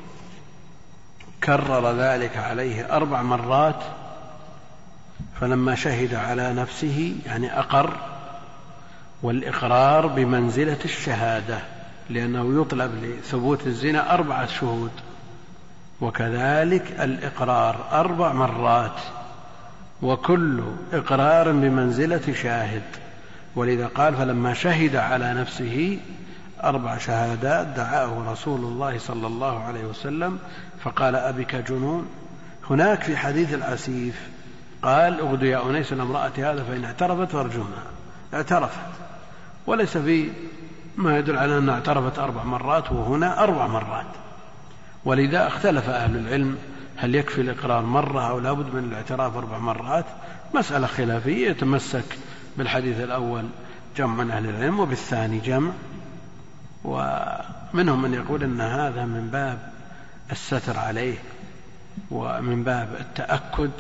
كرر ذلك عليه أربع مرات. فلما شهد على نفسه يعني أقر، والإقرار بمنزلة الشهادة، لأنه يطلب لثبوت الزنا أربعة شهود، وكذلك الإقرار أربع مرات، وكل إقرار بمنزلة شاهد، ولذا قال فلما شهد على نفسه أربع شهادات دعاه رسول الله صلى الله عليه وسلم فقال أبك جنون. هناك في حديث العسيف قال اغدو يا أنيس لامرأة هذا فإن اعترفت فارجمها، اعترفت، وليس في ما يدل على أنها اعترفت أربع مرات، وهنا أربع مرات. ولذا اختلف أهل العلم هل يكفي الإقرار مرة أو لا بد من الاعتراف أربع مرات، مسألة خلافية، يتمسك بالحديث الأول جمع من أهل العلم وبالثاني جمع، ومنهم من يقول أن هذا من باب الستر عليه ومن باب التأكد،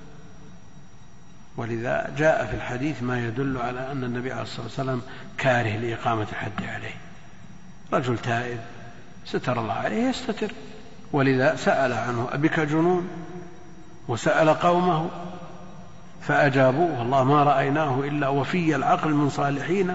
ولذا جاء في الحديث ما يدل على أن النبي عليه الصلاة والسلام كاره لإقامة الحد عليه. رجل تائب ستر الله عليه يستتر، ولذا سأل عنه أبك جنون، وسأل قومه فأجابوه والله ما رأيناه إلا وفي العقل من صالحين.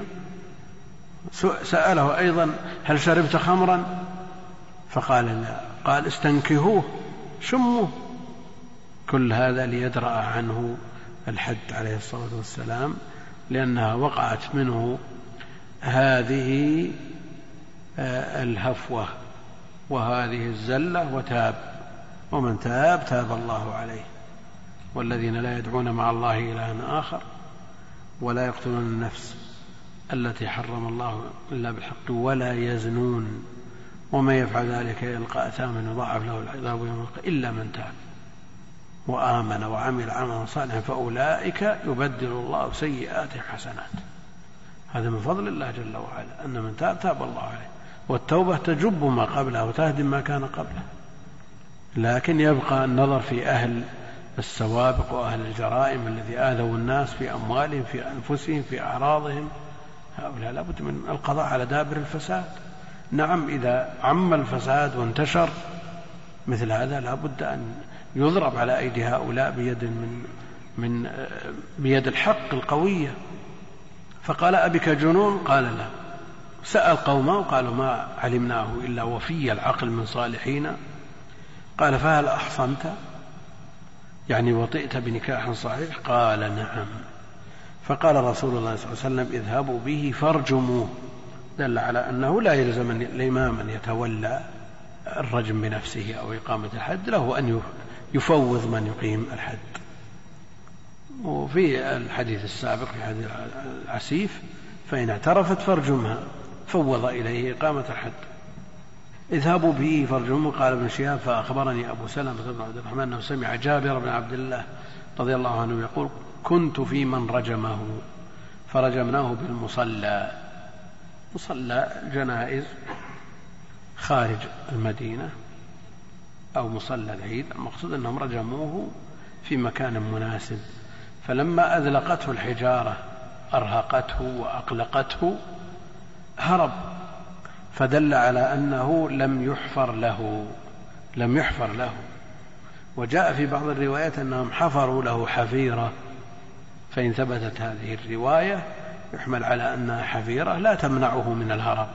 سأله أيضا هل شربت خمرا؟ فقال لا. قال استنكهوه شموه. كل هذا ليدرأ عنه الحد عليه الصلاة والسلام، لأنها وقعت منه هذه الهفوة وهذه الزلة وتاب، ومن تاب تاب الله عليه. والذين لا يدعون مع الله إلها آخر ولا يقتلون النفس التي حرم الله إلا بالحق ولا يزنون ومن يفعل ذلك يلقى أثاما يضاعف له العذاب يوم القيامة إلا من تاب وآمن وعمل عملا صالحا فأولئك يبدل الله سيئاتهم حسنات. هذا من فضل الله جل وعلا أن من تاب تاب الله عليه، والتوبة تجب ما قبلها وتهدم ما كان قبلها، لكن يبقى النظر في أهل السوابق وأهل الجرائم الذي آذوا الناس في أموالهم في أنفسهم في أعراضهم، هؤلاء لابد من القضاء على دابر الفساد. نعم إذا عم الفساد وانتشر مثل هذا لابد أن يضرب على أيدي هؤلاء بيد من من بيد الحق القوية. فقال أبك جنون؟ قال لا. سأل قومه وقالوا ما علمناه إلا وفي العقل من صالحين. قال فهل أحصنت يعني وطئت بنكاح صحيح؟ قال نعم. فقال رسول الله صلى الله عليه وسلم اذهبوا به فارجموه، دل على أنه لا يلزم الإمام أن يتولى الرجم بنفسه أو إقامة الحد، له أن يفوض من يقيم الحد. وفي الحديث السابق في حديث العسيف فإن اعترفت فارجمها، فوض إليه إقامة الحد. اذهبوا به فارجموه. قال ابن شهاب فأخبرني أبو سلمة بن عبد الرحمن أنه سمع جابر بن عبد الله رضي الله عنه يقول كنت في من رجمه فرجمناه بالمصلى، مصلى جنائز خارج المدينة أو مصلى العيد، المقصود أنهم رجموه في مكان مناسب، فلما أذلقته الحجارة أرهقته وأقلقته هرب، فدل على أنه لم يحفر له لم يحفر له وجاء في بعض الروايات أنهم حفروا له حفيرة، فإن ثبتت هذه الرواية يحمل على أنها حفيرة لا تمنعه من الهرب.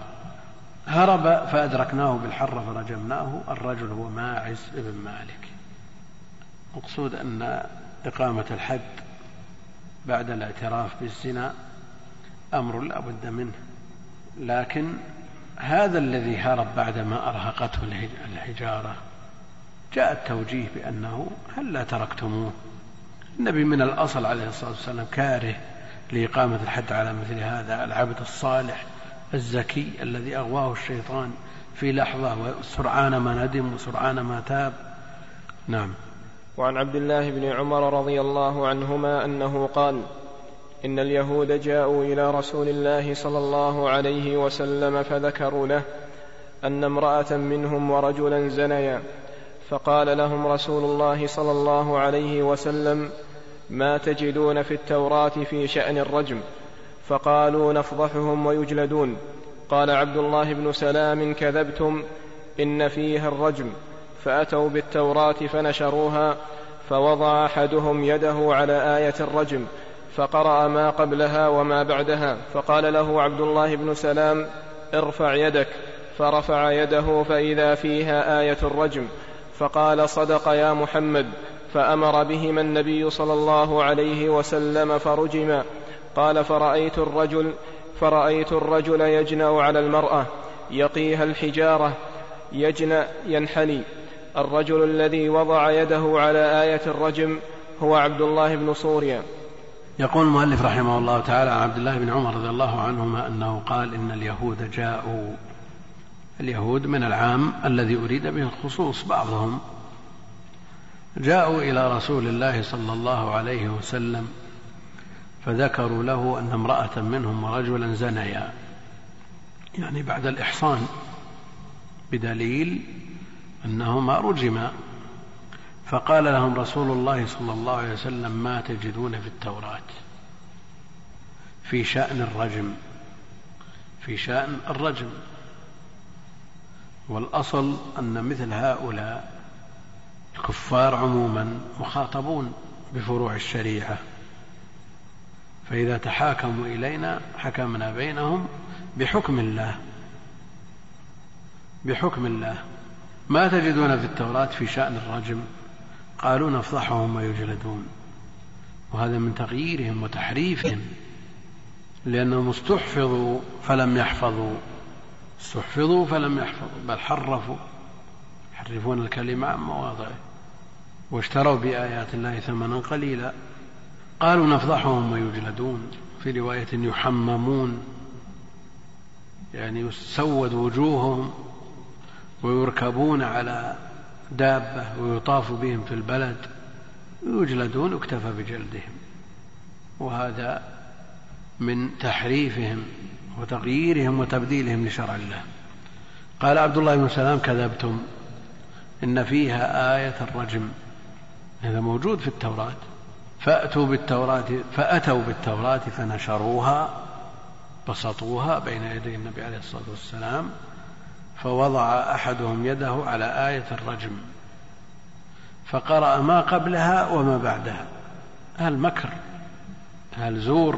هرب فأدركناه بالحرة فرجمناه. الرجل هو ماعز بن مالك. مقصود أن إقامة الحد بعد الاعتراف بالزنا أمر لا بد منه، لكن هذا الذي هرب بعدما أرهقته الحجارة جاء التوجيه بأنه هل لا تركتموه؟ النبي من الأصل عليه الصلاة والسلام كاره لإقامة الحد على مثل هذا العبد الصالح الزكي الذي أغواه الشيطان في لحظة وسرعان ما ندم وسرعان ما تاب. نعم. وعن عبد الله بن عمر رضي الله عنهما أنه قال إن اليهود جاءوا إلى رسول الله صلى الله عليه وسلم فذكروا له أن امرأة منهم ورجلا زنيا، فقال لهم رسول الله صلى الله عليه وسلم ما تجدون في التوراة في شأن الرجم؟ فقالوا نفضحهم ويجلدون. قال عبد الله بن سلام كذبتم، إن فيها الرجم. فأتوا بالتوراة فنشروها، فوضع أحدهم يده على آية الرجم فقرأ ما قبلها وما بعدها، فقال له عبد الله بن سلام ارفع يدك، فرفع يده فإذا فيها آية الرجم، فقال صدق يا محمد، فأمر بهما النبي صلى الله عليه وسلم فرجما. قال فرأيت الرجل فرأيت الرجل يجنأ على المرأة يقيها الحجارة يجنأ ينحني. الرجل الذي وضع يده على آية الرجم هو عبد الله بن صوريا. يقول المؤلف رحمه الله تعالى عن عبد الله بن عمر رضي الله عنهما أنه قال إن اليهود جاءوا، اليهود من العام الذي أريد به الخصوص، بعضهم جاءوا إلى رسول الله صلى الله عليه وسلم فذكروا له أن امرأة منهم ورجلا زنيا، يعني بعد الإحصان بدليل أنهما رجما. فقال لهم رسول الله صلى الله عليه وسلم ما تجدون في التوراة في شأن الرجم في شأن الرجم والأصل أن مثل هؤلاء الكفار عموما مخاطبون بفروع الشريعة، فإذا تحاكموا إلينا حكمنا بينهم بحكم الله بحكم الله. ما تجدون في التوراة في شأن الرجم؟ قالوا نفضحهم ويجلدون. وهذا من تغييرهم وتحريفهم، لأنهم استحفظوا فلم يحفظوا استحفظوا فلم يحفظوا بل حرفوا يحرفون الكلمة عن مواضعه واشتروا بآيات الله ثمنا قليلا. قالوا نفضحهم ويجلدون، في رواية يحممون، يعني يسود وجوههم ويركبون على دابة ويطاف بهم في البلد ويجلدون واكتفى بجلدهم، وهذا من تحريفهم وتغييرهم وتبديلهم لشرع الله. قال عبد الله بن سلام: كذبتم، إن فيها آية الرجم، هذا موجود في التوراة. فأتوا بالتوراة فأتوا بالتوراة فنشروها، بسطوها بين يدي النبي عليه الصلاة والسلام، فوضع أحدهم يده على آية الرجم فقرأ ما قبلها وما بعدها. هل مكر، هل زور.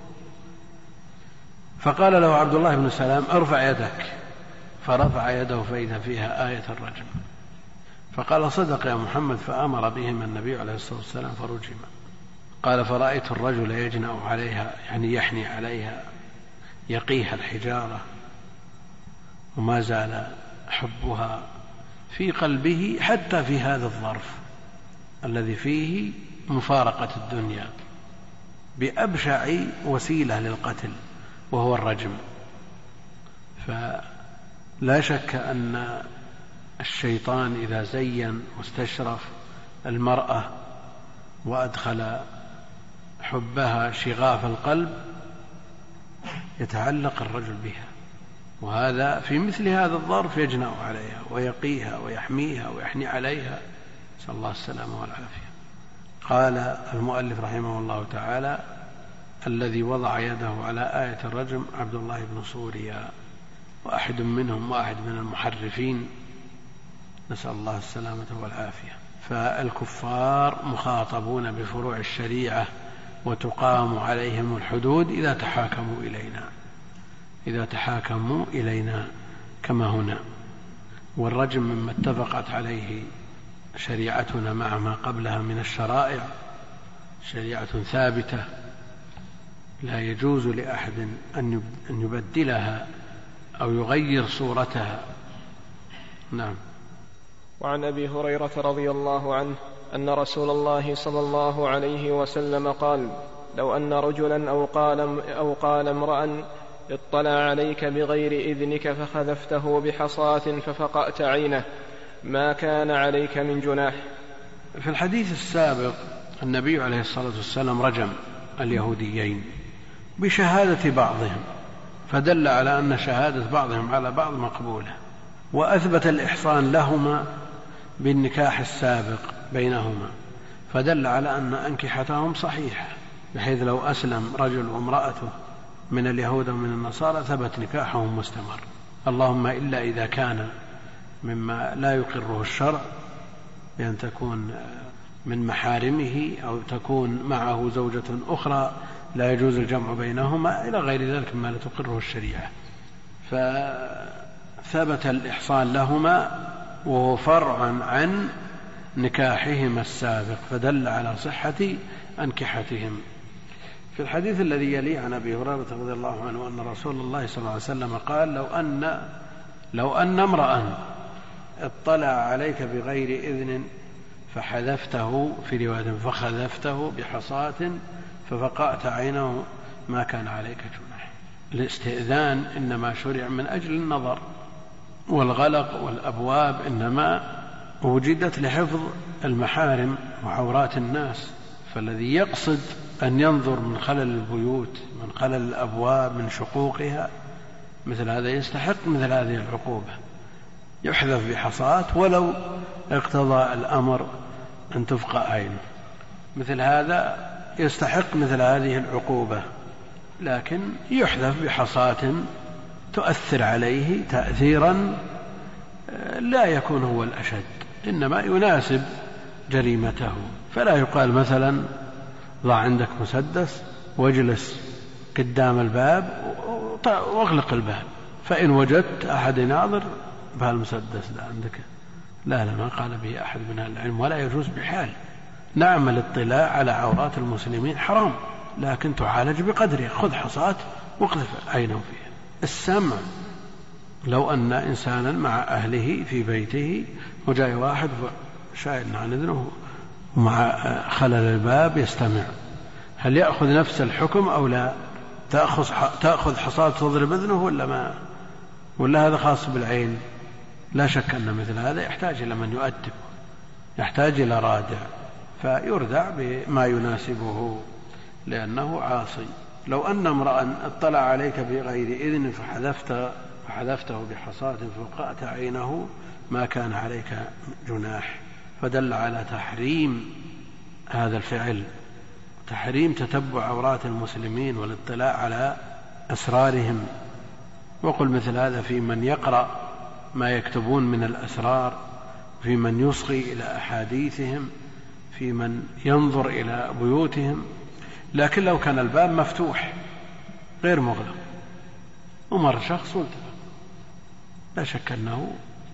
فقال له عبد الله بن سلام: ارفع يدك، فرفع يده فإذا فيها آية الرجم. فقال: صدق يا محمد، فأمر بهم النبي عليه الصلاة والسلام فرجم. قال: فرأيت الرجل يجنأ عليها، يعني يحني عليها، يقيها الحجارة، وما زال حبها في قلبه حتى في هذا الظرف الذي فيه مفارقة الدنيا بأبشع وسيلة للقتل وهو الرجم. فلا شك أن الشيطان إذا زين واستشرف المرأة وأدخل حبها شغاف القلب يتعلق الرجل بها، وهذا في مثل هذا الظرف يجنأ عليها ويقيها ويحميها ويحني عليها، نسأل الله السلامة والعافية. قال المؤلف رحمه الله تعالى: الذي وضع يده على آية الرجم عبد الله بن سوريا، وأحد منهم واحد من المحرفين، نسأل الله السلامة والعافية. فالكفار مخاطبون بفروع الشريعة وتقام عليهم الحدود إذا تحاكموا إلينا إذا تحاكموا إلينا كما هنا. والرجم مما اتفقت عليه شريعتنا مع ما قبلها من الشرائع، شريعة ثابتة لا يجوز لأحد أن يبدلها أو يغير صورتها. نعم. وعن أبي هريرة رضي الله عنه أن رسول الله صلى الله عليه وسلم قال: لو أن رجلا أو قال, أو قال امرأ اطلع عليك بغير إذنك فخذفته بحصاة ففقأت عينه ما كان عليك من جناح. في الحديث السابق النبي عليه الصلاة والسلام رجم اليهوديين بشهادة بعضهم، فدل على أن شهادة بعضهم على بعض مقبولة، وأثبت الإحصان لهما بالنكاح السابق بينهما، فدل على أن أنكحتهم صحيحة، بحيث لو أسلم رجل وامرأته من اليهود ومن النصارى ثبت نكاحهم مستمر، اللهم إلا إذا كان مما لا يقره الشرع، بأن تكون من محارمه أو تكون معه زوجة أخرى لا يجوز الجمع بينهما إلى غير ذلك مما لا تقره الشريعة. فثبت الإحصان لهما وهو فرع عن نكاحهما السابق، فدل على صحة أنكحتهم. في الحديث الذي يليه عن أبي هريرة رضي الله عنه أن رسول الله صلى الله عليه وسلم قال: لو أن لو أن امرأ اطلع عليك بغير إذن فحذفته، في رواية فخذفته بحصاة ففقأت عينه ما كان عليك جناح. الاستئذان إنما شرع من أجل النظر، والغلق والأبواب إنما وجدت لحفظ المحارم وعورات الناس، فالذي يقصد أن ينظر من خلل البيوت، من خلل الأبواب، من شقوقها، مثل هذا يستحق مثل هذه العقوبة، يحذف بحصاة ولو اقتضى الأمر أن تفقأ عينه، مثل هذا يستحق مثل هذه العقوبة، لكن يحذف بحصاة تؤثر عليه تأثيرا لا يكون هو الأشد، إنما يناسب جريمته. فلا يقال مثلا ضع عندك مسدس واجلس قدام الباب واغلق الباب، فإن وجدت أحد يناظر بهالمسدس ده عندك، لا لا ما قال به أحد من أهل العلم، ولا يجوز بحال. نعم الاطلاع على عورات المسلمين حرام، لكن تعالج بقدره، خذ حصاة واقذف عينه فيها. السمع، لو أن إنسانا مع أهله في بيته وجاء واحد شايل عن إذنه ومع خلل الباب يستمع، هل يأخذ نفس الحكم أو لا؟ تأخذ تأخذ حصاة تضرب إذنه ولا ما؟ ولا هذا خاص بالعين؟ لا شك أن مثل هذا يحتاج إلى من يؤدب، يحتاج إلى رادع، فيردع بما يناسبه لأنه عاصي. لو أن امرأ اطلع عليك بغير إذن فحذفت فحذفته بحصاة فوقأت عينه ما كان عليك جناح، فدل على تحريم هذا الفعل، تحريم تتبع عورات المسلمين والاطلاع على أسرارهم. وقل مثل هذا في من يقرأ ما يكتبون من الأسرار، في من يصغي إلى أحاديثهم، في من ينظر إلى بيوتهم. لكن لو كان الباب مفتوح غير مغلق ومر شخص وانتهى، لا شك أنه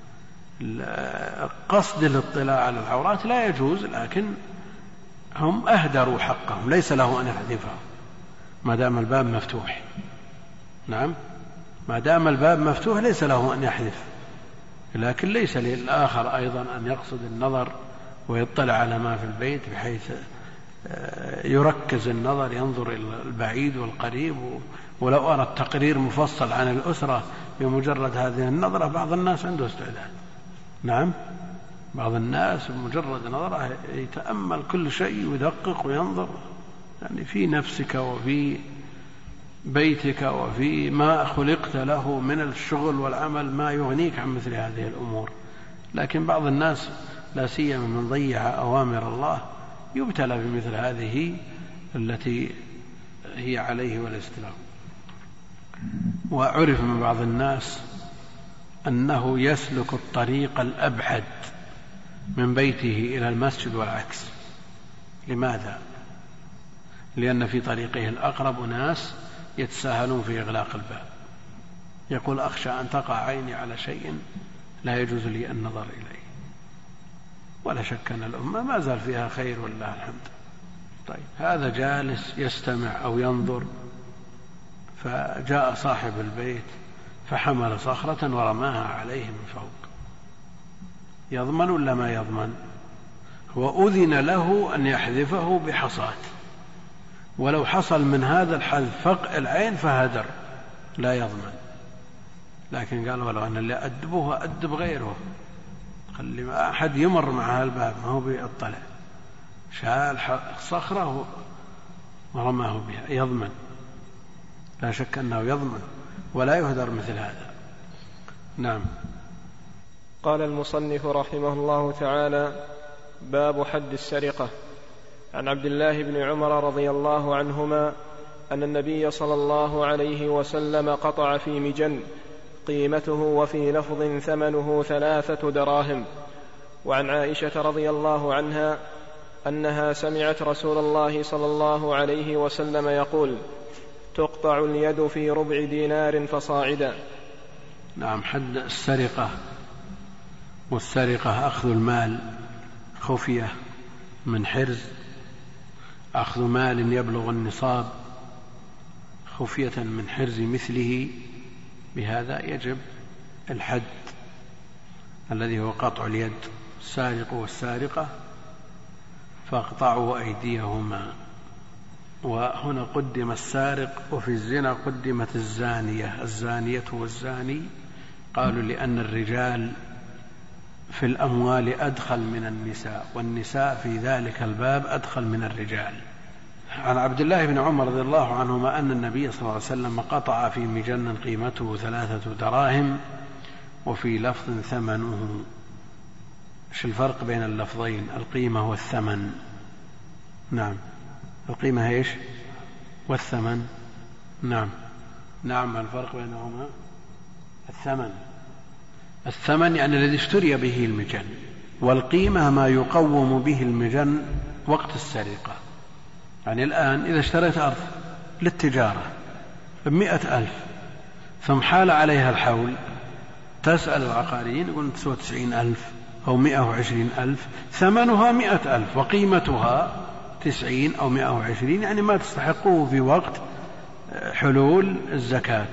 قصد الاطلاع على العورات لا يجوز، لكن هم أهدروا حقهم، ليس له أن يحذفه ما دام الباب مفتوح. نعم، ما دام الباب مفتوح ليس له أن يحذف، لكن ليس للآخر أيضا أن يقصد النظر ويطلع على ما في البيت بحيث يركز النظر، ينظر إلى البعيد والقريب. ولو أرى التقرير مفصل عن الأسرة بمجرد هذه النظرة بعض الناس عنده استعداد. نعم، بعض الناس بمجرد نظرة يتأمل كل شيء ويدقق وينظر، يعني في نفسك وفي بيتك وفي ما خلقت له من الشغل والعمل ما يغنيك عن مثل هذه الأمور. لكن بعض الناس لا سيما من ضيع أوامر الله يبتلى بمثل هذه التي هي عليه والاستلام. وعرف من بعض الناس أنه يسلك الطريق الأبعد من بيته إلى المسجد والعكس. لماذا؟ لأن في طريقه الأقرب ناس يتساهلون في إغلاق الباب، يقول أخشى أن تقع عيني على شيء لا يجوز لي النظر إليه. ولا شك أن الأمة ما زال فيها خير والله الحمد. طيب، هذا جالس يستمع أو ينظر، فجاء صاحب البيت فحمل صخرة ورماها عليه من فوق، يضمن ولا ما يضمن؟ هو أذن له أن يحذفه بحصاة، ولو حصل من هذا الحذف فقع العين فهدر لا يضمن. لكن قال ولو أن اللي أدبه أدب غيره، خلي ما أحد يمر مع هالباب ما هو بيطلع، شال صخرة ورماه بها، يضمن، لا شك أنه يضمن ولا يهدر مثل هذا. نعم. قال المصنف رحمه الله تعالى: باب حد السرقة. عن عبد الله بن عمر رضي الله عنهما أن النبي صلى الله عليه وسلم قطع في مجن قيمته وفي لفظ ثمنه ثلاثة دراهم. وعن عائشة رضي الله عنها أنها سمعت رسول الله صلى الله عليه وسلم يقول: تقطع اليد في ربع دينار فصاعدا. نعم. حد السرقة، والسرقة أخذ المال خفية من حرز، أخذ مال يبلغ النصاب خفية من حرز مثله، بهذا يجب الحد الذي هو قطع اليد. السارق والسارقة فاقطعوا أيديهما. وهنا قدم السارق، وفي الزنا قدمت الزانية. الزانية والزاني قالوا لأن الرجال في الأموال أدخل من النساء، والنساء في ذلك الباب أدخل من الرجال. عن عبد الله بن عمر رضي الله عنهما أن النبي صلى الله عليه وسلم قطع في مجن قيمته ثلاثة دراهم وفي لفظ ثمنه. ايش الفرق بين اللفظين؟ القيمة والثمن. نعم، القيمة ايش؟ والثمن. نعم نعم الفرق بينهما الثمن. الثمن يعني الذي اشتري به المجن، والقيمة ما يقوم به المجن وقت السرقة. يعني الآن إذا اشتريت أرض للتجارة بمئة ألف ثم حال عليها الحول، تسأل العقاريين يقولون تسوى تسعين ألف أو مئة وعشرين ألف، ثمنها مئة ألف وقيمتها تسعين أو مئة وعشرين، يعني ما تستحقه في وقت حلول الزكاة.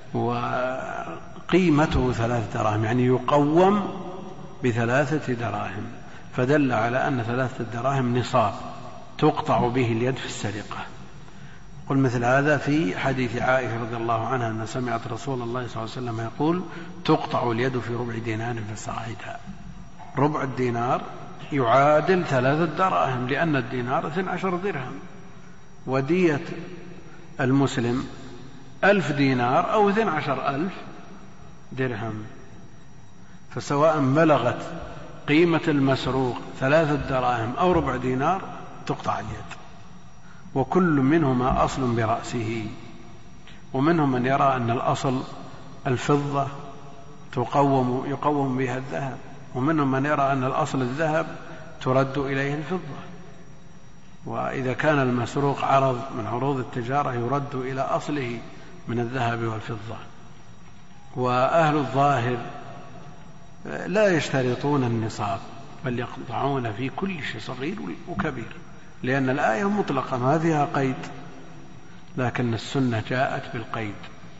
وقيمته ثلاثة دراهم، يعني يقوم بثلاثة دراهم، فدل على أن ثلاثة دراهم نصاب تقطع به اليد في السرقة. قل مثل هذا في حديث عائشة رضي الله عنها أن سمعت رسول الله صلى الله عليه وسلم يقول تقطع اليد في ربع دينار فصاعدا. ربع الدينار يعادل ثلاثة دراهم، لأن الدينار اثني عشر درهم، ودية المسلم ألف دينار أو اثني عشر ألف درهم، فسواء بلغت قيمة المسروق ثلاثة دراهم أو ربع دينار تقطع اليد، وكل منهما أصل برأسه. ومنهم من يرى أن الأصل الفضة تقوم يقوم بها الذهب، ومنهم من يرى أن الأصل الذهب ترد إليه الفضة، وإذا كان المسروق عرض من عروض التجارة يرد إلى أصله من الذهب والفضة. وأهل الظاهر لا يشترطون النصاب، بل يقطعون في كل شيء صغير وكبير، لأن الآية مطلقة ما فيها قيد، لكن السنة جاءت بالقيد،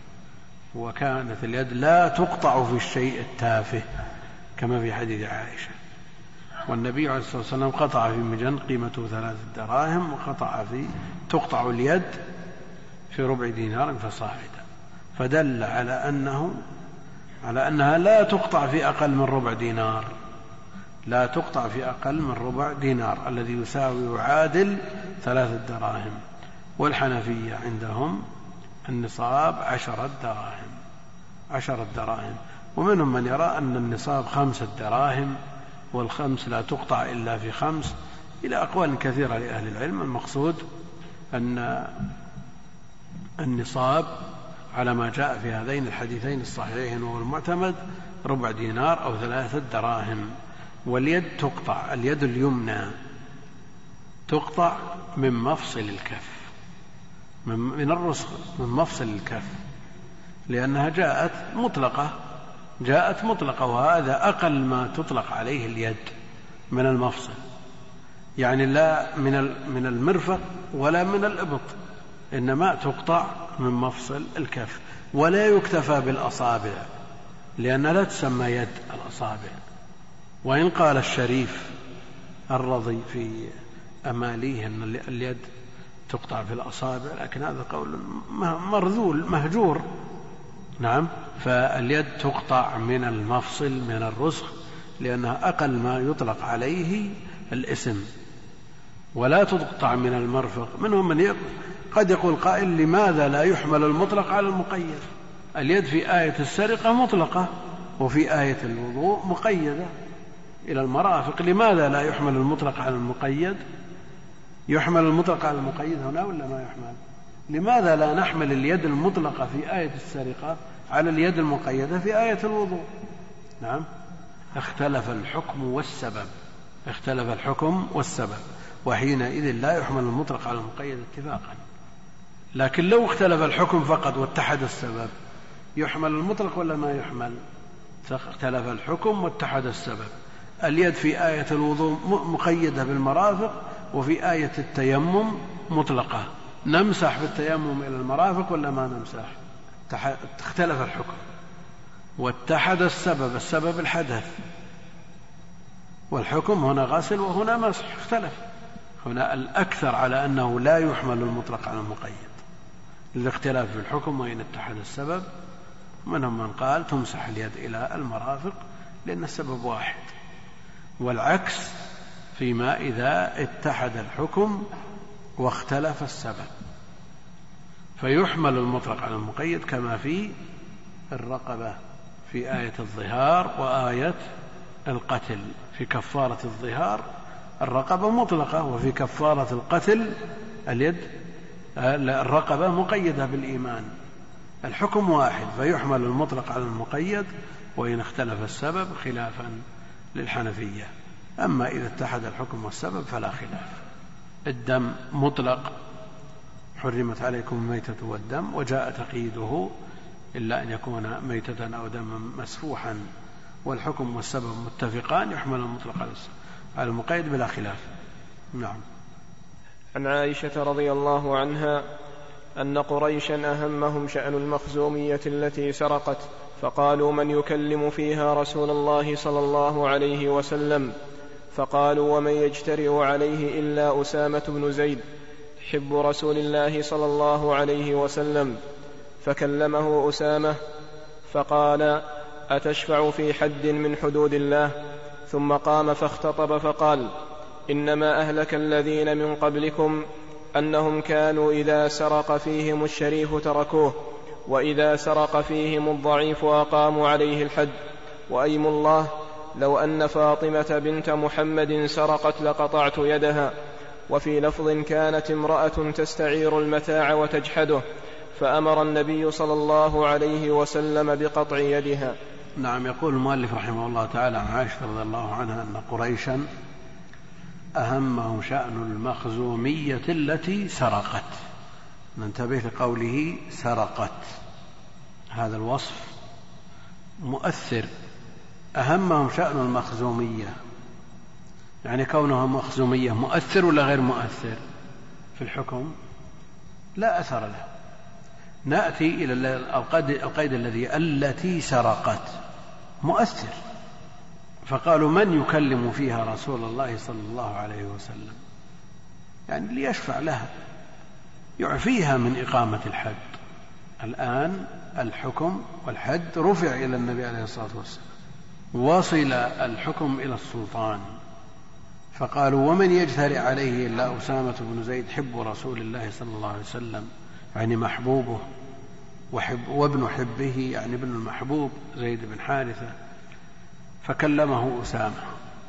وكانت اليد لا تقطع في الشيء التافه كما في حديث عائشة. والنبي عليه الصلاة والسلام قطع في مجن قيمته ثلاثة دراهم، وقطع في تقطع اليد في ربع دينار فصاعدا، فدل على أنه على أنها لا تقطع في أقل من ربع دينار، لا تقطع في أقل من ربع دينار الذي يساوي يعادل ثلاثة دراهم. والحنفية عندهم النصاب عشرة دراهم عشرة دراهم ومنهم من يرى أن النصاب خمسة دراهم، والخمس لا تقطع إلا في خمس، إلى أقوال كثيرة لأهل العلم. المقصود أن النصاب على ما جاء في هذين الحديثين الصحيحين وهو المعتمد ربع دينار أو ثلاثة دراهم. واليد تقطع، اليد اليمنى تقطع من مفصل الكف، من الرسغ، من مفصل الكف، لأنها جاءت مطلقة جاءت مطلقة وهذا أقل ما تطلق عليه اليد من المفصل، يعني لا من المرفق ولا من الإبط، إنما تقطع من مفصل الكف. ولا يكتفى بالأصابع، لأن لا تسمى يد الأصابع. وإن قال الشريف الرضي في أماليه أن اليد تقطع في الأصابع، لكن هذا قول مرذول مهجور. نعم، فاليد تقطع من المفصل من الرسغ، لأنها أقل ما يطلق عليه الاسم، ولا تقطع من المرفق. منهم من قد يقول قائل لماذا لا يحمل المطلق على المقيد؟ اليد في آية السرقة مطلقة، وفي آية الوضوء مقيدة إلى المرافق، لماذا لا يحمل المطلق على المقيد؟ يحمل المطلق على المقيد هنا ولا ما يحمل؟ لماذا لا نحمل اليد المطلقة في آية السرقة على اليد المقيدة في آية الوضوء؟ نعم، اختلف الحكم والسبب اختلف الحكم والسبب وحينئذ لا يحمل المطلق على المقيد اتفاقا. لكن لو اختلف الحكم فقط واتحد السبب يحمل المطلق ولا ما يحمل؟ اختلف الحكم واتحد السبب. اليد في آية الوضوء مقيدة بالمرافق، وفي آية التيمم مطلقة، نمسح بالتيمم إلى المرافق ولا ما نمسح؟ اختلف الحكم واتحد السبب، السبب الحدث، والحكم هنا غسل وهنا مسح، اختلف. هنا الأكثر على أنه لا يحمل المطلق على المقيد الاختلاف في الحكم وإن اتحد السبب. منهم من قال تمسح اليد إلى المرافق لأن السبب واحد، والعكس فيما إذا اتحد الحكم واختلف السبب، فيحمل المطلق على المقيد كما في الرقبة في آية الظهار وآية القتل. في كفارة الظهار الرقبة مطلقة، وفي كفارة القتل اليد الرقبة مقيدة بالإيمان. الحكم واحد فيحمل المطلق على المقيد وإن اختلف السبب، خلافا للحنفية. أما إذا اتحد الحكم والسبب فلا خلاف. الدم مطلق، حرمت عليكم الميتة والدم، وجاء تقييده إلا أن يكون ميتة أو دما مسفوحا، والحكم والسبب متفقان، يحمل المطلق على المقيد بلا خلاف. نعم. عن عائشة رضي الله عنها أن قريشا أهمهم شأن المخزومية التي سرقت، فقالوا من يكلم فيها رسول الله صلى الله عليه وسلم؟ فقالوا ومن يجترئ عليه إلا أسامة بن زيد. حب رسول الله صلى الله عليه وسلم، فكلمه أسامة فقال: أتشفع في حد من حدود الله؟ ثم قام فاختطب فقال: إنما أهلك الذين من قبلكم أنهم كانوا إذا سرق فيهم الشريف تركوه، وإذا سرق فيهم الضعيف أقاموا عليه الحد. وأيم الله لو أن فاطمة بنت محمد سرقت لقطعت يدها. وفي لفظ: كانت امرأة تستعير المتاع وتجحده، فأمر النبي صلى الله عليه وسلم بقطع يدها. نعم. يقول المؤلف رحمه الله تعالى عن عائشة رضي الله عنها أن قريشا أهمهم شأن المخزومية التي سرقت. ننتبه لقوله سرقت، هذا الوصف مؤثر. أهمهم شأن المخزومية، يعني كونها مخزومية مؤثر ولا غير مؤثر في الحكم؟ لا أثر له. نأتي إلى القيد الذي التي سرقت مؤثر، فقالوا: من يكلم فيها رسول الله صلى الله عليه وسلم؟ يعني ليشفع لها، يعفيها من إقامة الحد. الآن الحكم والحد رفع إلى النبي عليه الصلاة والسلام، وصل الحكم إلى السلطان، فقالوا: ومن يجترئ عليه إلا أسامة بن زيد حب رسول الله صلى الله عليه وسلم، يعني محبوبه وحب وابن حبه، يعني ابن المحبوب زيد بن حارثة. فكلمه أسامة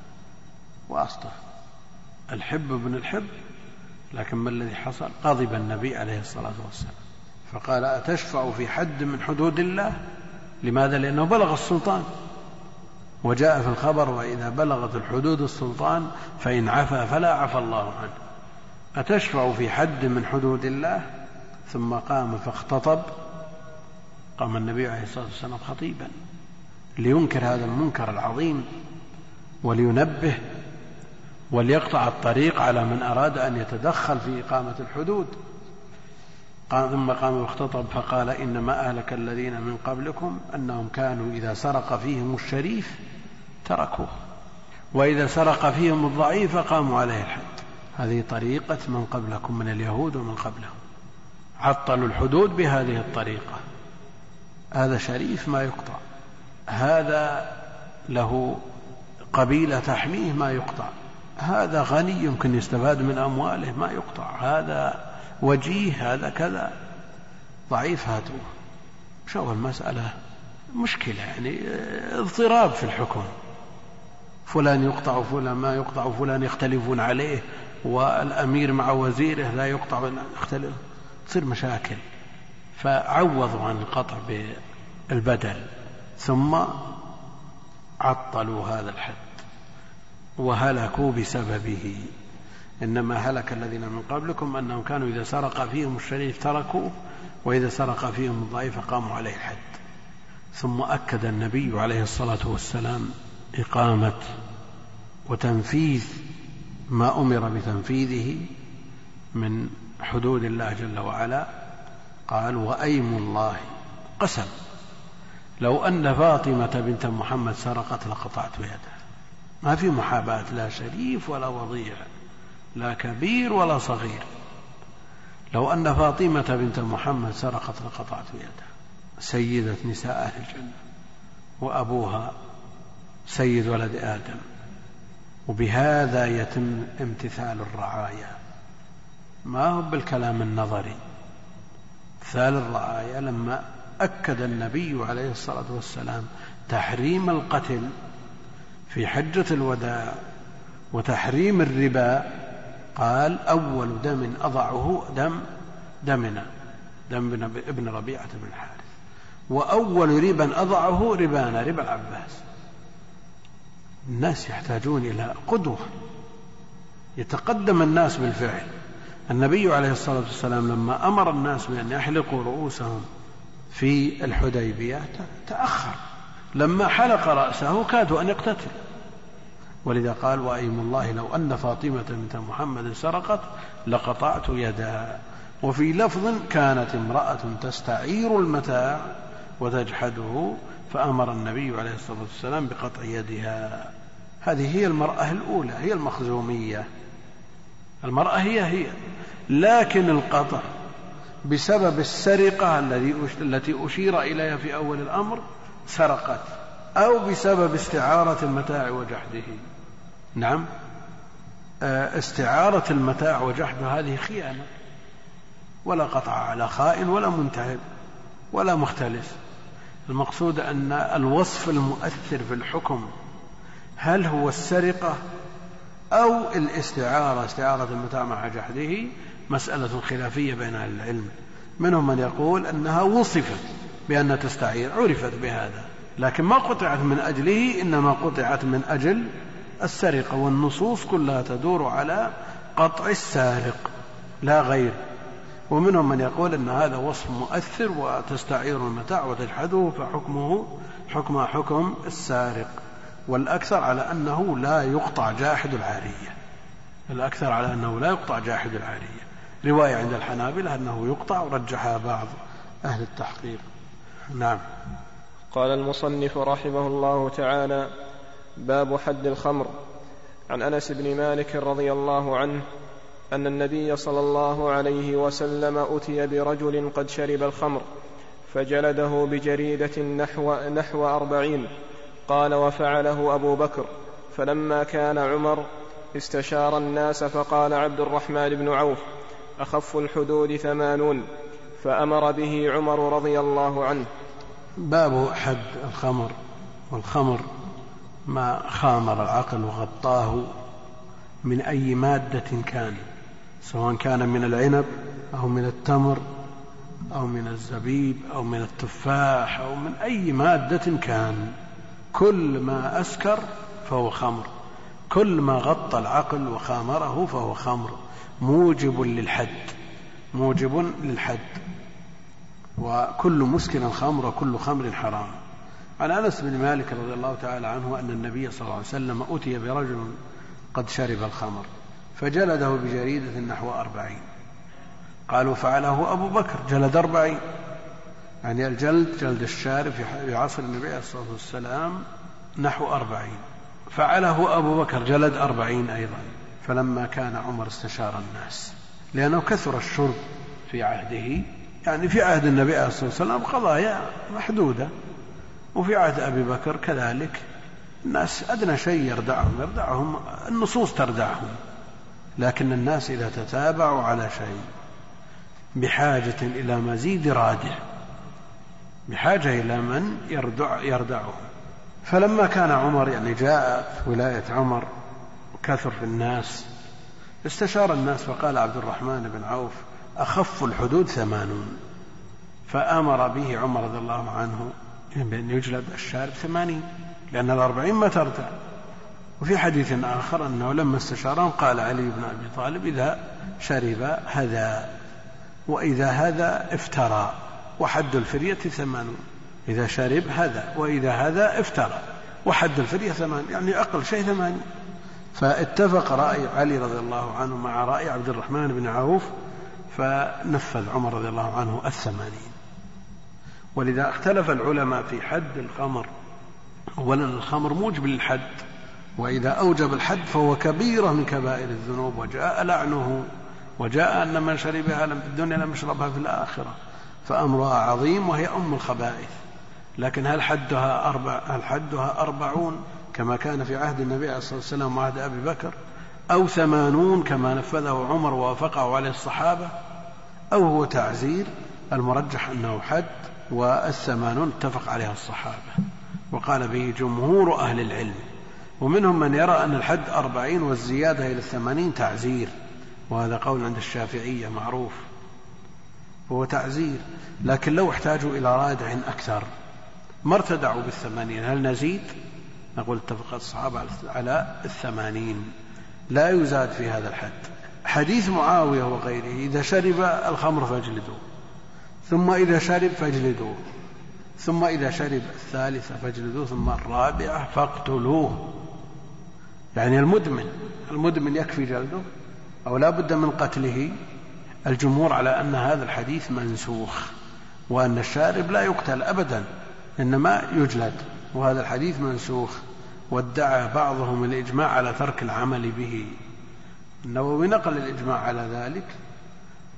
وأصطف الحب بن الحب، لكن ما الذي حصل؟ غضب النبي عليه الصلاة والسلام فقال: أتشفع في حد من حدود الله؟ لماذا؟ لأنه بلغ السلطان، وجاء في الخبر: وإذا بلغت الحدود السلطان فإن عفا فلا عفى الله عنه. أتشفع في حد من حدود الله؟ ثم قام فاختطب. قام النبي عليه الصلاة والسلام خطيبا لينكر هذا المنكر العظيم، ولينبه وليقطع الطريق على من أراد أن يتدخل في إقامة الحدود. ثم قام واختطب فقال: إنما أهلك الذين من قبلكم أنهم كانوا إذا سرق فيهم الشريف تركوه، وإذا سرق فيهم الضعيف قاموا عليه الحد. هذه طريقة من قبلكم من اليهود ومن قبلهم، عطلوا الحدود بهذه الطريقة. هذا شريف ما يقطع، هذا له قبيلة تحميه ما يقطع، هذا غني يمكن يستفاد من أمواله ما يقطع، هذا وجيه، هذا كذا، ضعيف هاتوه. شوف المسألة مشكلة، يعني اضطراب في الحكم، فلان يقطع وفلان ما يقطع، وفلان يختلفون عليه، والأمير مع وزيره لا يقطع ولا يختلف، تصير مشاكل. فعوضوا عن القطع بالبدل، ثم عطلوا هذا الحد وهلكوا بسببه. إنما هلك الذين من قبلكم أنهم كانوا إذا سرق فيهم الشريف تركوه، وإذا سرق فيهم الضعيف قاموا عليه الحد. ثم أكد النبي عليه الصلاة والسلام إقامة وتنفيذ ما أمر بتنفيذه من حدود الله جل وعلا. قال: وأيم الله، قسم، لو أن فاطمة بنت محمد سرقت لقطعت يدها. ما في محاباة، لا شريف ولا وضيع، لا كبير ولا صغير. لو أن فاطمة بنت محمد سرقت لقطعت يدها، سيدة نساء أهل الجنة، وأبوها سيد ولد آدم. وبهذا يتم امتثال الرعايا، ما هو بالكلام النظري. امتثال الرعايا لما أكد النبي عليه الصلاة والسلام تحريم القتل في حجة الوداع وتحريم الربا، قال: أول دم أضعه دم دمنا، دم ابن ربيعة بن الحارث، وأول ربا أضعه ربانا، ربا العباس. الناس يحتاجون إلى قدوة، يتقدم الناس بالفعل. النبي عليه الصلاة والسلام لما أمر الناس بأن يحلقوا رؤوسهم في الحديبية تأخر، لما حلق رأسه كادوا أن يقتتل. ولذا قال: وأيم الله لو أن فاطمة بنت محمد سرقت لقطعت يدها. وفي لفظ: كانت امرأة تستعير المتاع وتجحده، فأمر النبي عليه الصلاة والسلام بقطع يدها. هذه هي المرأة الأولى، هي المخزومية. المرأة هي هي لكن القطع بسبب السرقة التي أشير إليها في أول الأمر سرقت، أو بسبب استعارة المتاع وجحده. نعم، استعارة المتاع وجحده هذه خيانة، ولا قطع على خائن ولا منتهب ولا مختلف. المقصود أن الوصف المؤثر في الحكم هل هو السرقة أو الاستعارة، استعارة المتاع مع جحده، مسألة خلافية بين أهل العلم. منهم من يقول أنها وصفت بأن تستعير، عرفت بهذا، لكن ما قطعت من أجله، إنما قطعت من أجل السرقة، والنصوص كلها تدور على قطع السارق لا غير. ومنهم من يقول أن هذا وصف مؤثر وتستعير المتاع وتجحده فحكمه حكم حكم السارق. والأكثر على أنه لا يقطع جاحد العارية، الأكثر على أنه لا يقطع جاحد العارية. رواية عند الحنابلة أنه يقطع، ورجحها بعض أهل التحقيق. نعم. قال المصنف رحمه الله تعالى: باب حد الخمر. عن أنس بن مالك رضي الله عنه أن النبي صلى الله عليه وسلم أتي برجل قد شرب الخمر فجلده بجريدة نحو, نحو أربعين. قال: وفعله أبو بكر. فلما كان عمر استشار الناس فقال عبد الرحمن بن عوف: أخف الحدود ثمانون. فأمر به عمر رضي الله عنه. باب حد الخمر. والخمر ما خامر العقل وغطاه من أي مادة كان، سواء كان من العنب أو من التمر أو من الزبيب أو من التفاح أو من أي مادة كان، كل ما أسكر فهو خمر، كل ما غطى العقل وخامره فهو خمر، موجب للحد، موجب للحد. وكل مسكر خمر وكل خمر حرام. عن أنس بن مالك رضي الله تعالى عنه أن النبي صلى الله عليه وسلم أتي برجل قد شرب الخمر فجلده بجريدة نحو أربعين. قالوا: فعله أبو بكر، جلد أربعين، يعني الجلد جلد الشارب في عصر النبي عليه الصلاة والسلام نحو أربعين. فعله أبو بكر، جلد أربعين أيضا. فلما كان عمر استشار الناس، لأنه كثر الشرب في عهده، يعني في عهد النبي عليه الصلاة والسلام قضايا محدودة، وفي عهد أبي بكر كذلك، الناس أدنى شيء يردعهم يردعهم النصوص تردعهم، لكن الناس إذا تتابعوا على شيء بحاجة إلى مزيد رادع، بحاجة إلى من يردع يردعهم. فلما كان عمر، يعني جاء ولاية عمر كثر في الناس، استشار الناس فقال عبد الرحمن بن عوف: أخف الحدود ثمانون. فأمر به عمر رضي الله عنه بأن يجلد الشارب ثمانين، لأن الأربعين ما ترتع. وفي حديث آخر أنه لما استشارهم قال علي بن أبي طالب: إذا شرب هذا وإذا هذا افترى، وحد الفرية ثمانون. إذا شرب هذا وإذا هذا افترى، وحد الفرية ثمان، يعني أقل شيء ثمانين. فاتفق رأي علي رضي الله عنه مع رأي عبد الرحمن بن عوف، فنفذ عمر رضي الله عنه الثمانين. ولذا اختلف العلماء في حد الخمر. أولا الخمر موجب للحد، وإذا أوجب الحد فهو كبيرة من كبائر الذنوب، وجاء لعنه، وجاء أن من شربها لم في الدنيا لم يشربها في الآخرة، فأمرها عظيم وهي أم الخبائث. لكن هل حدها, أربع هل حدها أربعون كما كان في عهد النبي عليه الصلاة والسلام وعهد أبي بكر، أو ثمانون كما نفذه عمر ووافقه عليه الصحابة، أو هو تعزير؟ المرجح أنه حد، والثمانون اتفق عليها الصحابة وقال به جمهور أهل العلم. ومنهم من يرى أن الحد أربعين والزيادة إلى الثمانين تعزير، وهذا قول عند الشافعية معروف، هو تعزير. لكن لو احتاجوا إلى رادع أكثر ما ارتدعوا بالثمانين، هل نزيد؟ نقول اتفق الصحابة على الثمانين، لا يزاد في هذا الحد. حديث معاوية وغيره: إذا شرب الخمر فاجلدوه، ثم إذا شرب فاجلدوه، ثم إذا شرب الثالثة فاجلدوه، ثم الرابعة فاقتلوه. يعني المدمن المدمن يكفي جلده أو لا بد من قتله؟ الجمهور على أن هذا الحديث منسوخ، وأن الشارب لا يقتل أبدا إنما يجلد، وهذا الحديث منسوخ. وادعى بعضهم الإجماع على ترك العمل به. النووي نقل الإجماع على ذلك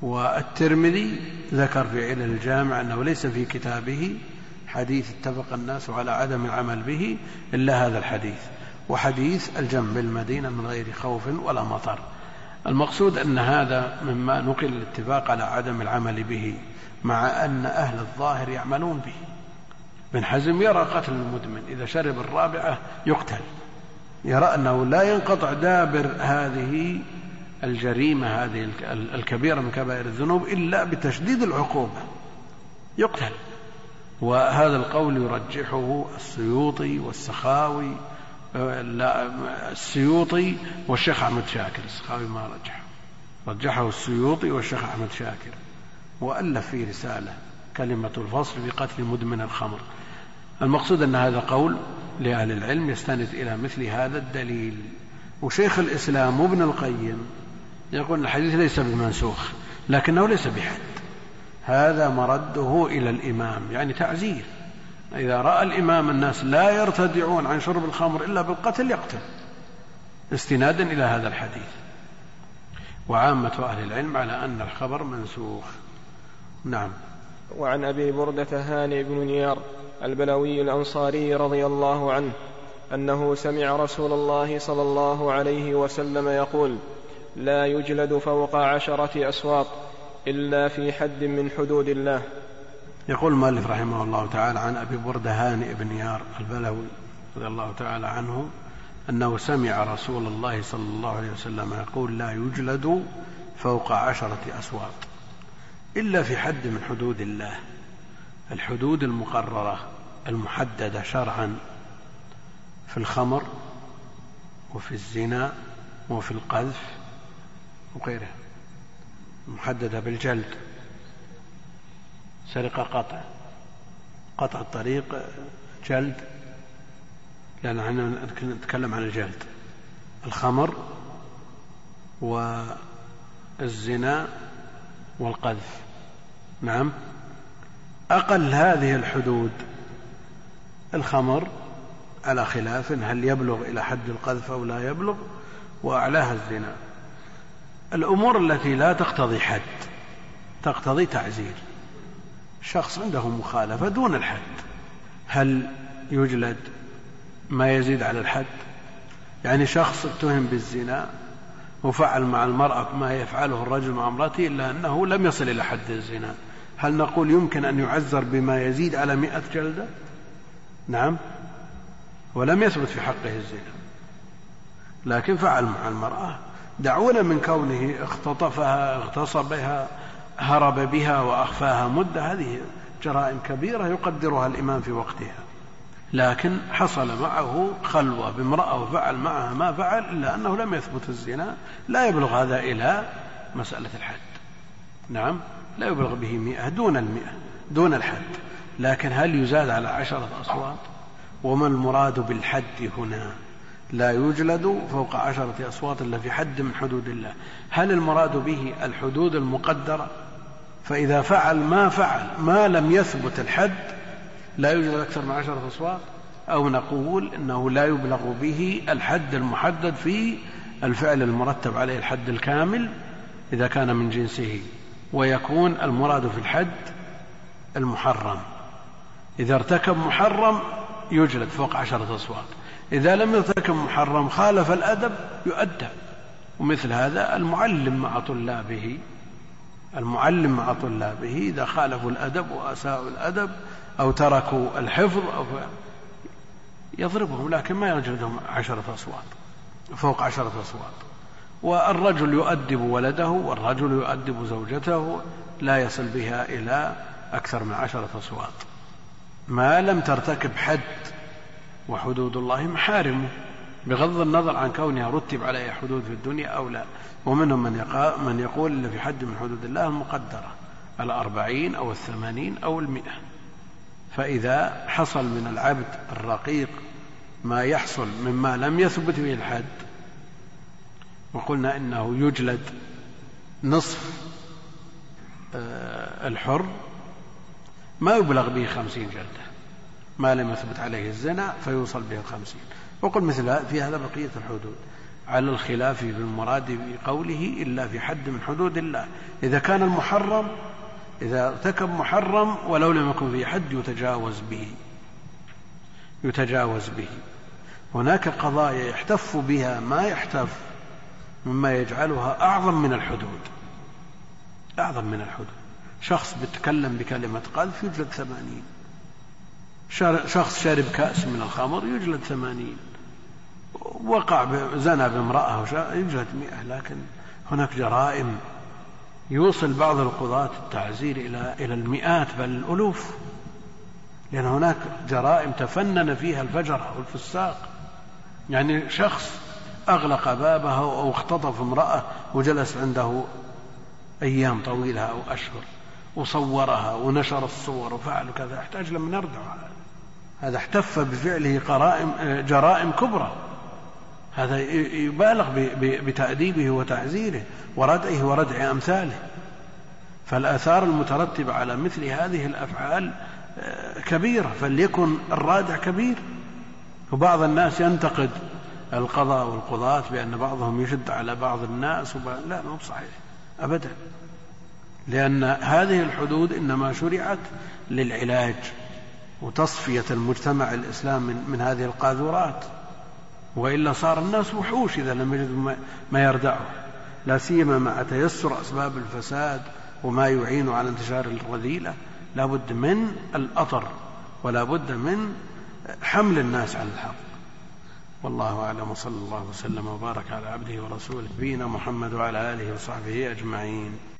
والترمذي ذكر في علل الجامع أنه ليس في كتابه حديث اتفق الناس على عدم العمل به إلا هذا الحديث، وحديث الجنب بالمدينة من غير خوف ولا مطر. المقصود أن هذا مما نقل الاتفاق على عدم العمل به، مع أن أهل الظاهر يعملون به. ابن حزم يرى قتل المدمن إذا شرب الرابعة يقتل، يرى أنه لا ينقطع دابر هذه الجريمة هذه الكبيرة من كبائر الذنوب إلا بتشديد العقوبة، يقتل. وهذا القول يرجحه السيوطي والسخاوي، السيوطي والشيخ أحمد شاكر، السخاوي ما رجحه، رجحه السيوطي والشيخ أحمد شاكر، وألف في رسالة كلمة الفصل في قتل مدمن الخمر. المقصود أن هذا قول لأهل العلم يستند إلى مثل هذا الدليل. وشيخ الإسلام ابن القيم يقول الحديث ليس بمنسوخ لكنه ليس بحد، هذا مرده إلى الإمام، يعني تعزير. إذا رأى الإمام الناس لا يرتدعون عن شرب الخمر إلا بالقتل يقتل، استنادا إلى هذا الحديث. وعامة أهل العلم على أن الخبر منسوخ. نعم. وعن أبي بردة هانئ بن نيار البلوي الأنصاري رضي الله عنه أنه سمع رسول الله صلى الله عليه وسلم يقول: لا يجلد فوق عشرة أسواط إلا في حد من حدود الله. يقول المؤلف رحمه الله تعالى عن أبي بردة هانئ بن نيار البلوي رضي الله تعالى عنه أنه سمع رسول الله صلى الله عليه وسلم يقول: لا يجلد فوق عشرة أسواط إلا في حد من حدود الله، الحدود المقررة المحددة شرعا في الخمر وفي الزنا وفي القذف وغيره، محددة بالجلد، سرقة قطع، قطع الطريق جلد، لأن نحن نتكلم عن الجلد، الخمر والزنا والقذف. نعم. أقل هذه الحدود الخمر على خلاف هل يبلغ إلى حد القذف أو لا يبلغ، وأعلاها الزنا. الأمور التي لا تقتضي حد تقتضي تعزير، شخص عنده مخالفة دون الحد، هل يجلد ما يزيد على الحد؟ يعني شخص اتهم بالزنا وفعل مع المرأة ما يفعله الرجل مع امرأته إلا أنه لم يصل إلى حد الزنا، هل نقول يمكن أن يعزر بما يزيد على مئة جلدة؟ نعم. ولم يثبت في حقه الزنا، لكن فعل مع المرأة، دعونا من كونه اختطفها، اغتصبها، هرب بها وأخفاها مدة، هذه جرائم كبيرة يقدرها الإمام في وقتها، لكن حصل معه خلوة بامرأة وفعل معها ما فعل إلا أنه لم يثبت الزنا، لا يبلغ هذا إلى مسألة الحد. نعم، لا يبلغ به مئة، دون المئة، دون الحد. لكن هل يزاد على عشرة أصوات؟ وما المراد بالحد هنا؟ لا يجلد فوق عشرة أصوات إلا في حد من حدود الله، هل المراد به الحدود المقدرة؟ فإذا فعل ما فعل ما لم يثبت الحد لا يوجد أكثر من عشرة أصوات، أو نقول إنه لا يبلغ به الحد المحدد في الفعل المرتب عليه الحد الكامل إذا كان من جنسه، ويكون المراد في الحد المحرم. إذا ارتكب محرم يجلد فوق عشرة أصوات، إذا لم يرتكب محرم خالف الأدب يؤدب. ومثل هذا المعلم مع طلابه، المعلم مع طلابه إذا خالفوا الأدب وأساءوا الأدب أو تركوا الحفظ أو يضربهم، لكن ما يجلدهم عشرة أصوات، فوق عشرة أصوات. والرجل يؤدب ولده والرجل يؤدب زوجته، لا يصل بها إلى أكثر من عشرة أصوات ما لم ترتكب حد، وحدود الله محارمه بغض النظر عن كونها رتب عليها حدود في الدنيا أو لا. ومنهم من يقول, من يقول إلا في حد من حدود الله المقدرة الأربعين أو الثمانين أو المئة. فإذا حصل من العبد الرقيق ما يحصل مما لم يثبت به الحد، وقلنا إنه يجلد نصف الحر، ما يبلغ به خمسين جلدة، ما لم يثبت عليه الزنا فيوصل به الخمسين. وقل مثل في هذا بقية الحدود، على الخلاف في المراد بقوله إلا في حد من حدود الله. إذا كان المحرم، إذا ارتكب محرم ولو لم يكن في حد يتجاوز به يتجاوز به هناك قضايا يحتف بها ما يحتف مما يجعلها أعظم من الحدود أعظم من الحدود. شخص بيتكلم بكلمة قذف يجلد ثمانين، شخص شارب كأس من الخمر يجلد ثمانين، وقع زنا بامرأة يجلد مئة. لكن هناك جرائم يوصل بعض القضاة التعزير إلى إلى المئات بل الألوف، لأن هناك جرائم تفنن فيها الفجرة والفساق. يعني شخص أغلق بابه أو اختطف امرأة وجلس عنده أيام طويلة أو أشهر وصورها ونشر الصور وفعل كذا، يحتاج لمن يردع. هذا احتف بفعله قرائم جرائم كبرى، هذا يبالغ بتأديبه وتعزيره وردعه وردع أمثاله. فالآثار المترتبة على مثل هذه الأفعال كبيرة، فليكن الرادع كبير. وبعض الناس ينتقد القضاء والقضاة بأن بعضهم يشد على بعض الناس وب... لا مو صحيح أبدا، لأن هذه الحدود إنما شرعت للعلاج وتصفية المجتمع الإسلام من, من هذه القاذورات، وإلا صار الناس وحوش إذا لم يجدوا ما يردعه، لا سيما مع تيسر أسباب الفساد وما يعين على انتشار الرذيلة. لا بد من الأطر ولا بد من حمل الناس على الحق. والله أعلم، وصلى الله وسلم وبارك على عبده ورسوله نبينا محمد وعلى آله وصحبه أجمعين.